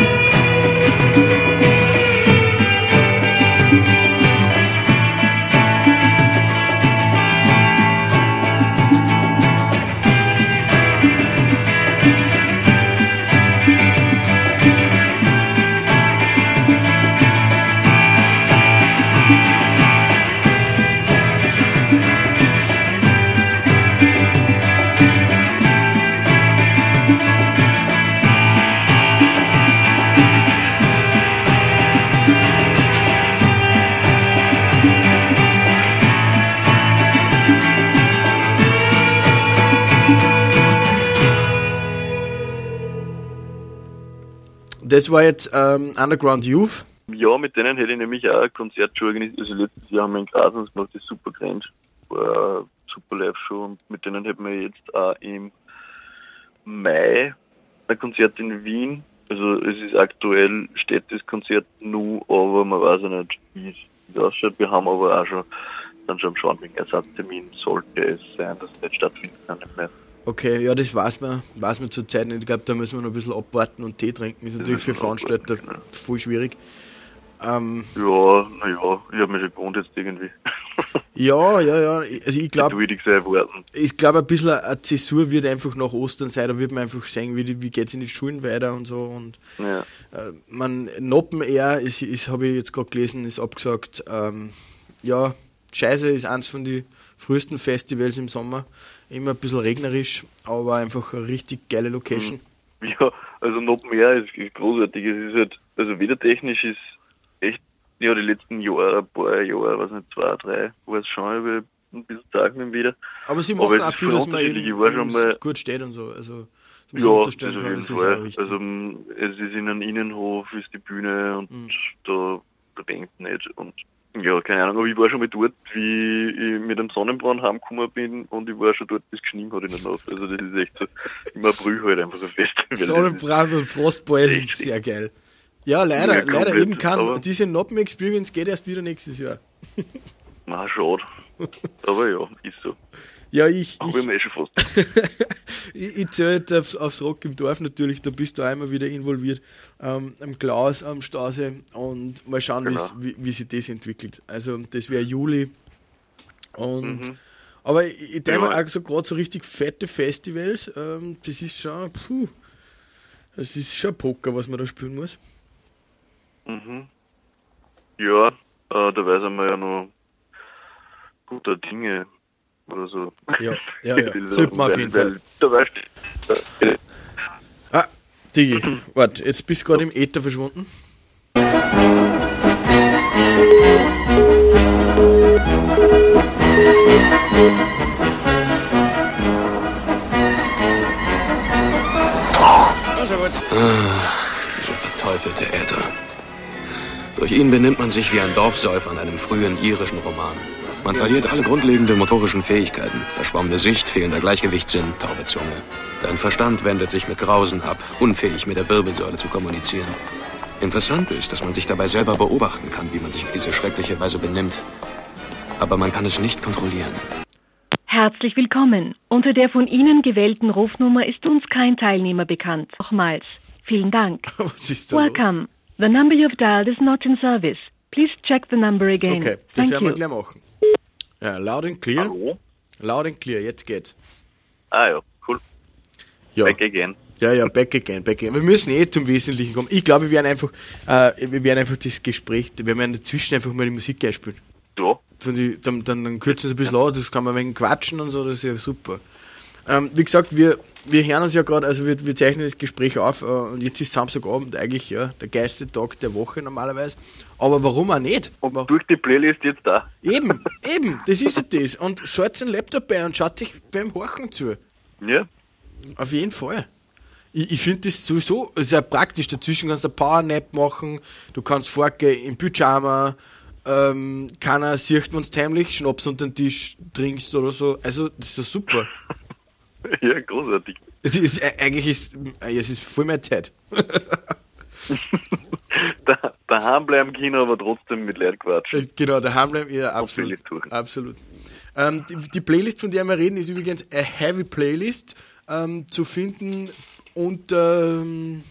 Das war jetzt Underground Youth. Ja, mit denen hätte ich nämlich auch ein Konzert schon organisiert. Also letztes Jahr haben wir in Graz uns gemacht, das ist super grand. War eine super Live-Show und mit denen hätten wir jetzt auch im Mai ein Konzert in Wien Also es ist aktuell, steht das Konzert nur, aber man weiß ja nicht, wie es ausschaut. Wir haben aber auch schon schauen wegen Ersatztermin, sollte es sein, dass es nicht stattfinden kann. Nicht mehr. Okay, ja, das weiß man zur Zeit nicht. Ich glaube, da müssen wir noch ein bisschen abwarten und Tee trinken. Ist natürlich für Veranstalter voll schwierig. Ja, naja, ich habe mich schon gewohnt jetzt irgendwie. Ja. Also ich glaube, ein bisschen eine Zäsur wird einfach nach Ostern sein. Da wird man einfach sehen, wie geht es in die Schulen weiter und so. Und ja. Noppen Air ist habe ich jetzt gerade gelesen, ist abgesagt. Ja, Scheiße ist eins von den frühesten Festivals im Sommer. Immer ein bisschen regnerisch, aber einfach eine richtig geile Location. Ja, also Noppen Air ist großartig. Es ist halt, also wettertechnisch ist echt, ja, die letzten Jahre, ein paar Jahre, weiß nicht, 2, 3, war es schon über ein bisschen Tag mit dem Wetter. Aber sie machen auch viel, dass man eben gut steht und so. Also, ja, das auf jeden Fall. Also es ist in einem Innenhof, ist die Bühne und da denkt nicht. Und ja, keine Ahnung, aber ich war schon mal dort, wie ich mit einem Sonnenbrand heimgekommen bin und ich war schon dort, bis geschnien hat in der Nacht. Also das ist echt so, im April halt einfach so fest. Sonnenbrand und Frostbeule, sehr geil. Ja, leider eben diese Noppen-Experience geht erst wieder nächstes Jahr. Na, schade. Aber ja, ist so. Ja, ich schon fast. ich zähle aufs Rock im Dorf natürlich, da bist du einmal wieder involviert, am Klaus, am Stausee und mal schauen, genau, wie sich das entwickelt. Also das wäre Juli und aber ich denke mal auch so gerade so richtig fette Festivals, das ist schon Poker, was man da spielen muss. Ja, da weiß man ja noch guter Dinge oder so. Ja. Sollte man auf jeden Fall. Digi, warte, jetzt bist du gerade im Äther verschwunden. Dieser verteufelte Äther. Durch ihn benimmt man sich wie ein Dorfsäufer in einem frühen irischen Roman. Man verliert alle grundlegenden motorischen Fähigkeiten. Verschwommene Sicht, fehlender Gleichgewichtssinn, taube Zunge. Dein Verstand wendet sich mit Grausen ab, unfähig mit der Wirbelsäule zu kommunizieren. Interessant ist, dass man sich dabei selber beobachten kann, wie man sich auf diese schreckliche Weise benimmt. Aber man kann es nicht kontrollieren. Herzlich willkommen. Unter der von Ihnen gewählten Rufnummer ist uns kein Teilnehmer bekannt. Nochmals, vielen Dank. Was ist da Welcome. Los? The number you've dialed is not in service. Please check the number again. Okay, das werden wir gleich machen. Ja, loud and clear. Hallo? Loud and clear, jetzt geht's. Ah ja, cool. Ja. Back again. Ja, back again. Wir müssen zum Wesentlichen kommen. Ich glaube, wir werden einfach das Gespräch, wir werden dazwischen einfach mal die Musik einspielen. Ja. Dann kürzen wir es ein bisschen aus, das kann man wegen quatschen und so, das ist ja super. Wie gesagt, wir hören uns ja gerade, also wir zeichnen das Gespräch auf und jetzt ist Samstagabend eigentlich ja der geilste Tag der Woche normalerweise. Aber warum auch nicht? Und durch die Playlist jetzt da. Eben, das ist ja das. Und schaut den Laptop bei und schaut sich beim Horchen zu. Ja. Auf jeden Fall. Ich finde das sowieso sehr praktisch. Dazwischen kannst du eine Powernap machen, du kannst vorgehen im Pyjama, keiner sieht, wenn du heimlich Schnaps unter den Tisch trinkst oder so. Also, das ist ja super. Ja, großartig. Es ist voll mehr Zeit. Daheim bleiben können, aber trotzdem mit Leuten quatschen. Genau, daheim bleiben, ja, absolut. Absolut. Die Playlist, von der wir reden, ist übrigens eine Heavy Playlist, zu finden unter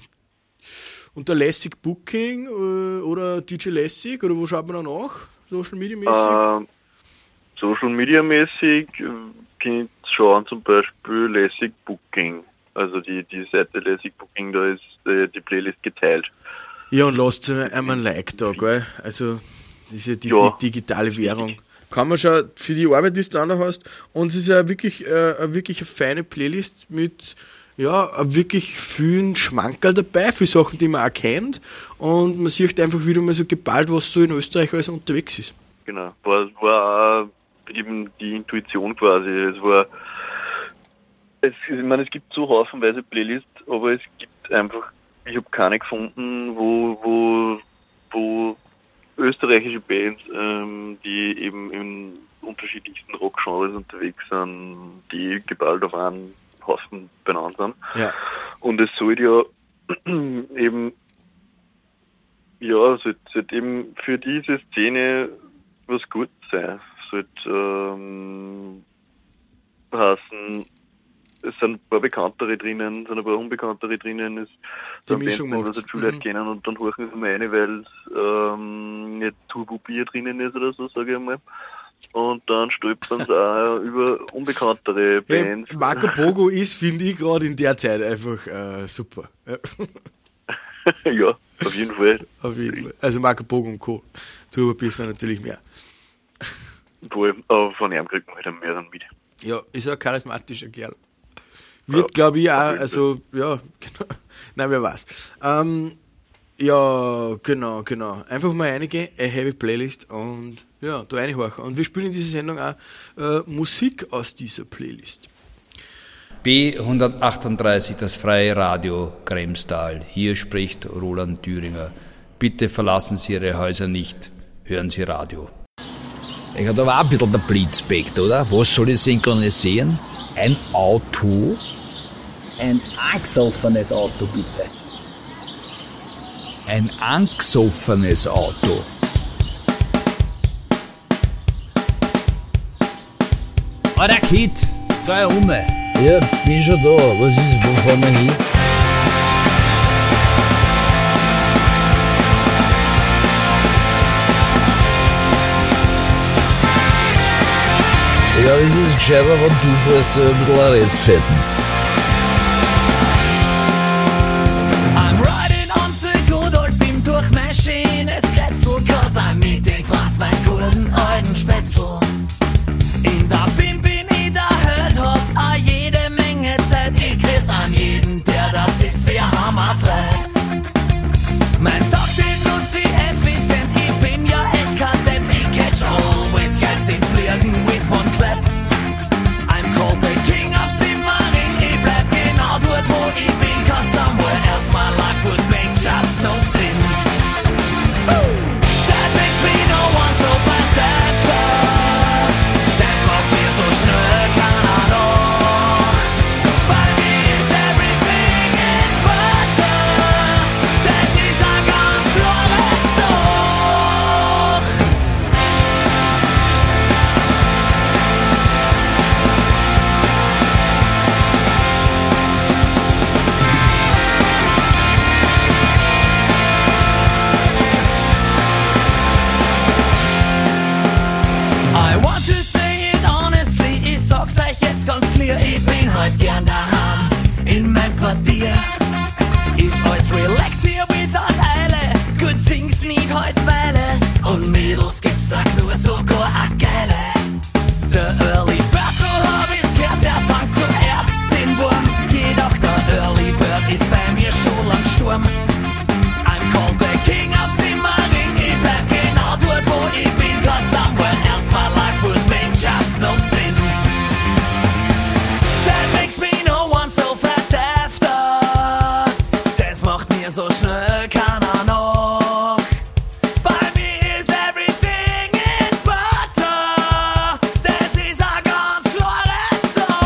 Lässig Booking oder DJ Lässig, oder wo schaut man da nach? Social Media mäßig? Social Media mäßig könnt schauen, zum Beispiel Lässig Booking. Also die Seite Lässig Booking, da ist die Playlist geteilt. Ja, und lasst einmal ein Like da, gell? Also, das ist ja die digitale Währung. Kann man schon für die Arbeit, die du da hast. Und es ist ja wirklich eine feine Playlist mit wirklich vielen Schmankerl dabei, für Sachen, die man auch kennt. Und man sieht einfach wieder mal so geballt, was so in Österreich alles unterwegs ist. Genau, war auch eben die Intuition quasi. Es gibt so haufenweise Playlists, aber es gibt einfach, ich habe keine gefunden, wo österreichische Bands, die eben in unterschiedlichsten Rockgenres unterwegs sind, die geballt auf einen Haufen beieinander sind. Ja. Und es sollte ja eben, ja, sollte eben für diese Szene was Gutes sein. Sollte heißen, es sind ein paar Bekanntere drinnen, es sind ein paar Unbekanntere drinnen. Es die Mischung macht es. Viele Leute kennen und dann horchen sie mal rein, weil es nicht Turbo-Bier drinnen ist oder so, sage ich einmal. Und dann stolpern sie auch über unbekanntere Bands. Ja, Marco Pogo ist, finde ich, gerade in der Zeit einfach super. Ja, auf jeden Fall. Auf jeden Fall. Also Marco Pogo und Co. Turbo-Bier sind natürlich mehr. Voll, aber von ihm kriegt man halt einen mehreren mit. Ja, ist ein charismatischer Kerl. Wird, glaube ich, auch, also, ja, genau. Nein, wer weiß. Ja, genau. Einfach mal reingehen, eine heavy Playlist und ja, da reinhorchen. Und wir spielen in dieser Sendung auch Musik aus dieser Playlist. B138, das freie Radio Kremstal. Hier spricht Roland Thüringer. Bitte verlassen Sie Ihre Häuser nicht. Hören Sie Radio. Ich habe aber auch ein bisschen der Blitzbeckt, oder? Was soll ich synchronisieren? Ein Auto? Ein angesoffenes Auto, bitte. Ein angesoffenes Auto. Alter Kid, fahr ja um. Ja, bin schon da. Was ist, wo fahren wir hin? Ich glaube, es ist gescheiter, wenn du fährst, ein bisschen Restfetten. I'm riding on the good old beam durch Maschine. Es geht so, cause I'm meeting Franz, mein guten alten Spätzl. In der BIM bin ich da hört, hab auch jede Menge Zeit. Ich küss an jeden, der da sitzt, wir haben Fred. Mein Tag, den nutze ich effizient. Ich bin ja echt kein Depp. Ich catch always cats in Fliegen with one clap. I'm called the king of Simmering. Ich bleib genau dort, wo ich bin, cause somewhere else my life would make just no sin. That makes me no one so fast after. Das macht mir so schnell keiner noch. Bei mir ist everything in butter. Das ist ein ganz klares Doch. I want to say it honestly, ich sag's euch jetzt ganz clear, ich bin heut gern daheim in meinem Quartier. Ist alles relaxed hier without Eile, good things need heut Weile und Mädels gibt's da nur sogar a geile. Der Early Bird, so hab ich's gehört, der fangt zuerst den Wurm, jedoch der Early Bird ist bei mir schon lang Sturm. I'm called the king of Simmering, ich bleib genau dort, wo ich bin, cause somewhere else my life would make just no sin. That makes me no one so fast after. Das macht mir so schnell keiner noch. Bei mir ist everything in butter. Das ist ein ganz klares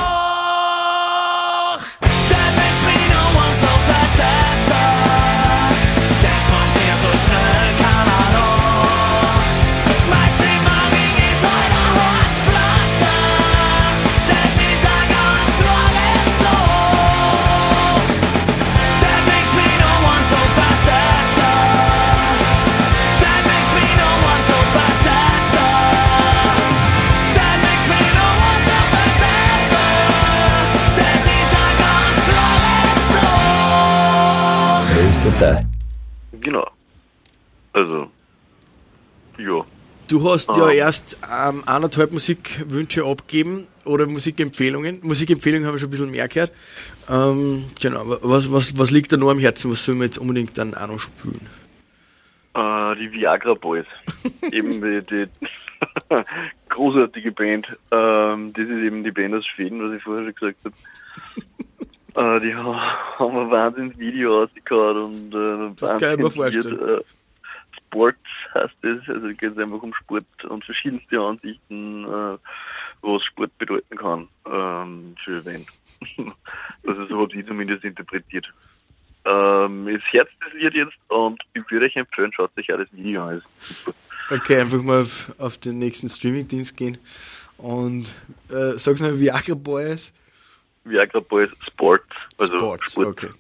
Doch. That makes me no one so fast after. Das macht mir so schnell keiner noch. Mein Simmering ist heute ein Holzpflaster. Das ist ein ganz klares Doch. That makes me no one so fast after. That makes me no one so fast after. That makes me no one so fast after. Das ist ein ganz klares Doch. Wer ist denn da? Genau. Also, ja. Du hast ja erst 1,5 Musikwünsche abgegeben oder Musikempfehlungen. Musikempfehlungen haben wir schon ein bisschen mehr gehört. Genau, was liegt da noch am Herzen? Was sollen wir jetzt unbedingt dann auch noch spielen? Die Viagra Boys. Eben die großartige Band. Das ist eben die Band aus Schweden, was ich vorher schon gesagt habe. Die haben ein Wahnsinns-Video rausgehauen und Das kann ich mir vorstellen. Sports heißt es, also geht es einfach um Sport und verschiedenste Ansichten, was Sport bedeuten kann für wen. Also so habe ich zumindest interpretiert. Ist Herz das Lied jetzt und ich würde euch empfehlen, schaut euch auch das Video an. Super. Okay, einfach mal auf den nächsten Streaming-Dienst gehen und sag's mal Viagra Boys. Viagra Boys Sports. Also Sports, Sport. okay.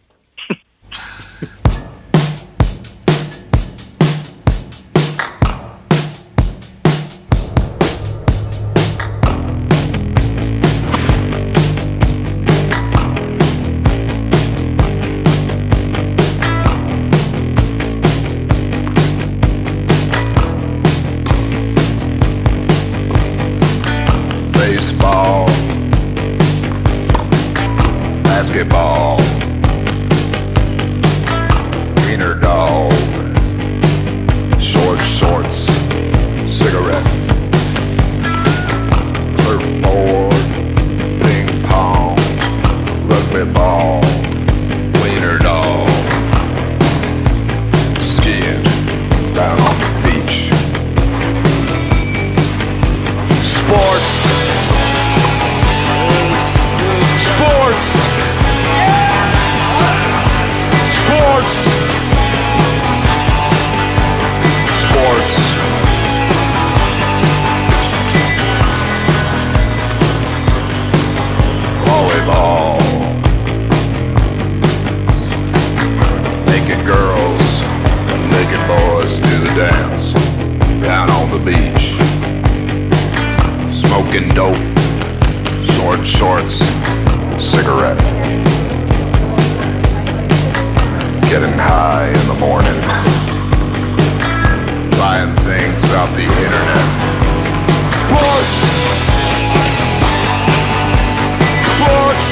Baseball, basketball, wiener dog, short shorts, cigarette, surfboard, ping pong, rugby ball, wiener dog, skiing down on the beach, sports. Sports! Sports! Sports! Volleyball. Naked girls and naked boys do the dance down on the beach. Smoking dope, short shorts, cigarette. Getting high in the morning. Buying things off the internet. Sports! Sports!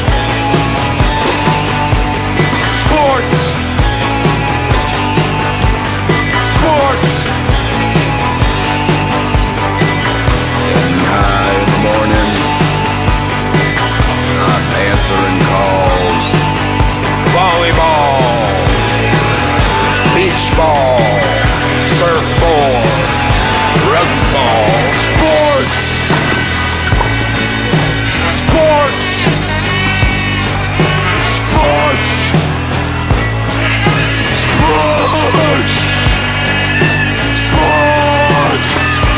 Sports! Sports! Getting high in the morning. Not answering calls. Volleyball, beach ball, surfboard, rugby ball, sports, sports, sports, sports, sports,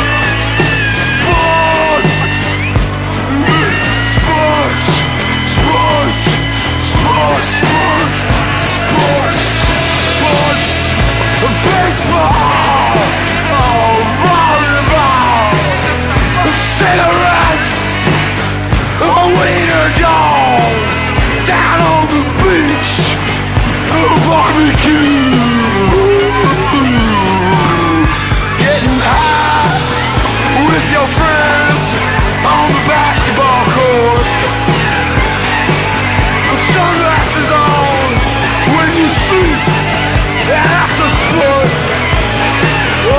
sports, sports, sports, baseball, oh, volleyball, cigarettes, a wiener dog, down on the beach, a barbecue, getting high with your friends on the basketball court, sunglasses on when you sleep. That's a sport. Oh,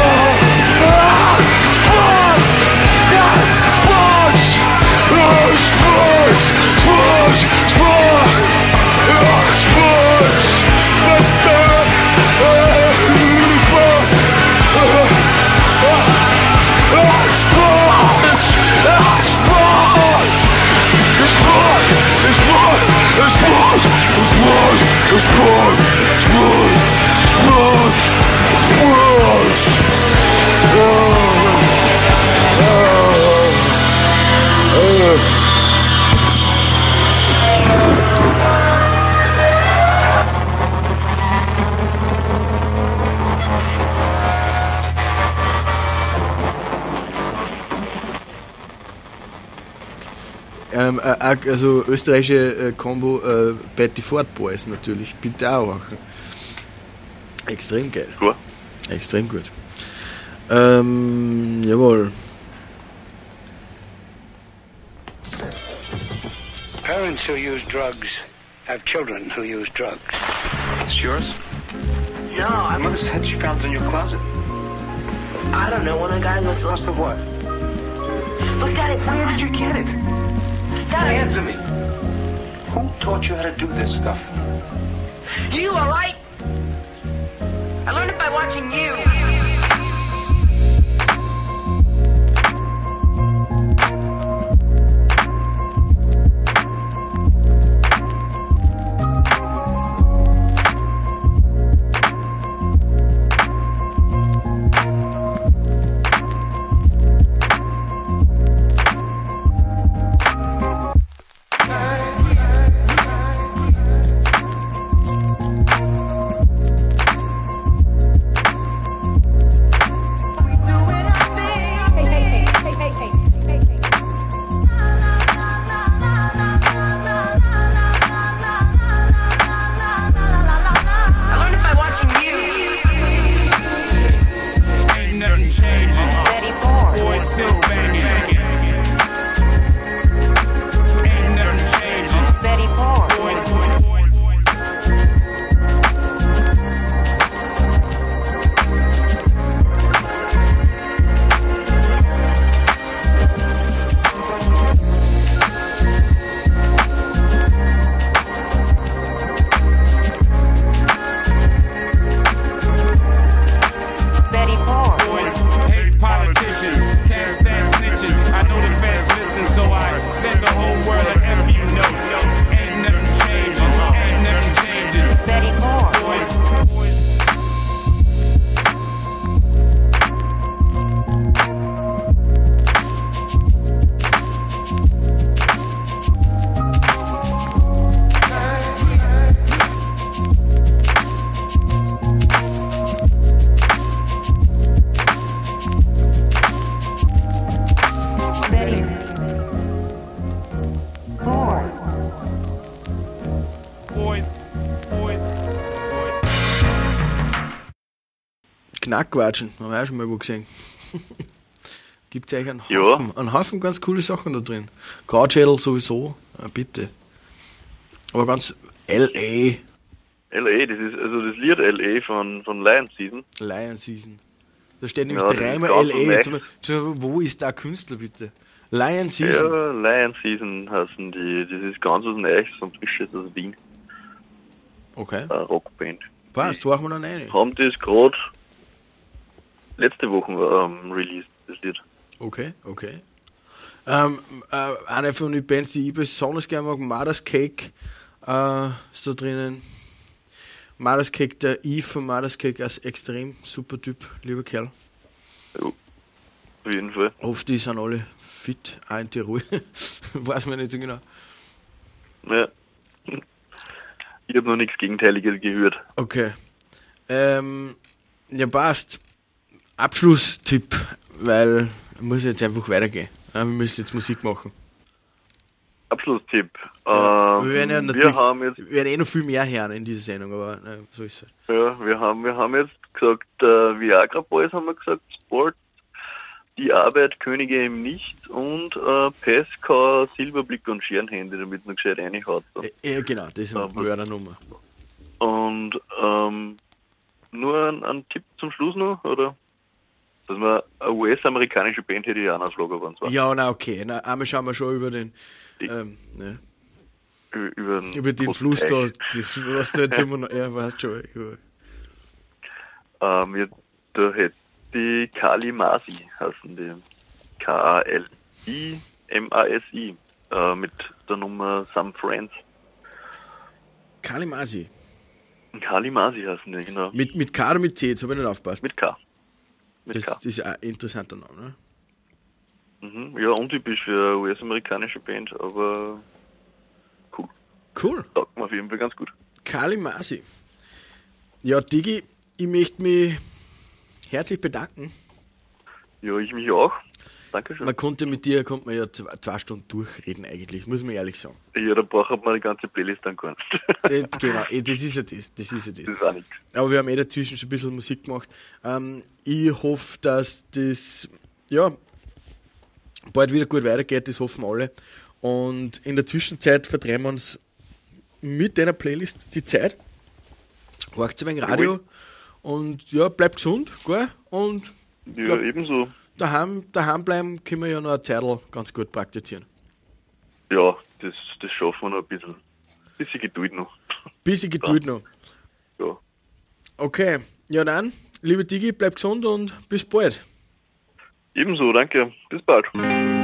sport. Sports. Oh, sports. Sports. Sport. Oh, sports. Sport. Sport. Sports. Sports. Sports. Also österreichische Combo Betty Ford Boys natürlich, bitte auch machen. Extrem geil. Gut. Extrem gut. Jawohl. Parents who use drugs have children who use drugs. It's yours? No, my mother said she found it in your closet. I don't know, one of the guys was lost of what? Look, Dad, it's Where did you get it? Dad, Answer me. Who taught you how to do this stuff? You, all right? I learned it by watching you. Knackwatschen, haben wir auch schon mal wo gesehen. Gibt es eigentlich einen Haufen ganz coole Sachen da drin. Krautschädel sowieso, bitte. Aber ganz L.A., das ist also das Lied L.A. von Lion Season. Lion Season. Da steht nämlich dreimal L.A. Wo ist der Künstler, bitte? Lion Season. Ja, Lion Season heißen die. Das ist ganz was Neues und Frisches aus Wien. Okay. Eine Rockband. Passt, machen wir noch rein. Haben das gerade letzte Woche released, das Lied. Okay. Eine von den Bands, die ich besonders gerne mag, Mother's Cake, ist da drinnen. Mother's Cake, der Eve von Mother's Cake, ist extrem super Typ, lieber Kerl. Ja, auf jeden Fall. Oft die sind alle fit, auch in Tirol. Weiß man nicht so genau. Ja. Ich habe noch nichts Gegenteiliges gehört. Okay. Ja, passt. Abschlusstipp, weil muss jetzt einfach weitergehen. Wir müssen jetzt Musik machen. Abschlusstipp. Ja, wir werden wir werden noch viel mehr hören in dieser Sendung, aber so ist es halt. Ja, wir haben jetzt gesagt, Viagra Boys haben wir gesagt, Sport, die Arbeit Könige im Nicht und Pesca, Silberblick und Scherenhände, damit man gescheit reinhaut. So. Ja, genau, das ist eine Mördernummer. Und nur ein Tipp zum Schluss noch, oder? Dass wir eine US-amerikanische Band hätte ja auch noch Schlager waren. Ja, na okay. Na, einmal schauen wir schon über den über den Fluss da, das, was du jetzt immer noch, ja, weißt schon. Da hätte die Kali Masi, heißen die. K-A-L-I-M-A-S-I, mit der Nummer Some Friends. Kali Masi heißen die, genau. Mit K oder mit C? Jetzt habe ich nicht aufgepasst. Mit K. Das ist ein interessanter Name, ne? Ja, untypisch für eine US-amerikanische Band, aber cool. Taugt mir auf jeden Fall ganz gut. Kali Masi. Ja, Digi, ich möchte mich herzlich bedanken. Ja, ich mich auch. Dankeschön. Mit dir konnte man ja 2 Stunden durchreden eigentlich, muss man ehrlich sagen. Ja, da braucht man die ganze Playlist dann gar nicht. Genau, das ist ja das. Das ist auch nichts. Aber wir haben dazwischen schon ein bisschen Musik gemacht. Ich hoffe, dass das bald wieder gut weitergeht, das hoffen alle. Und in der Zwischenzeit verdrehen wir uns mit deiner Playlist die Zeit. Hört ein wenig Radio und ja, bleibt gesund, gell? Und ja, ebenso. Daheim bleiben können wir ja noch eine Zeitl ganz gut praktizieren. Ja, das schaffen wir noch ein bisschen. Bisschen Geduld noch. Noch. Ja. Okay, ja dann, liebe Digi, bleib gesund und bis bald. Ebenso, danke. Bis bald.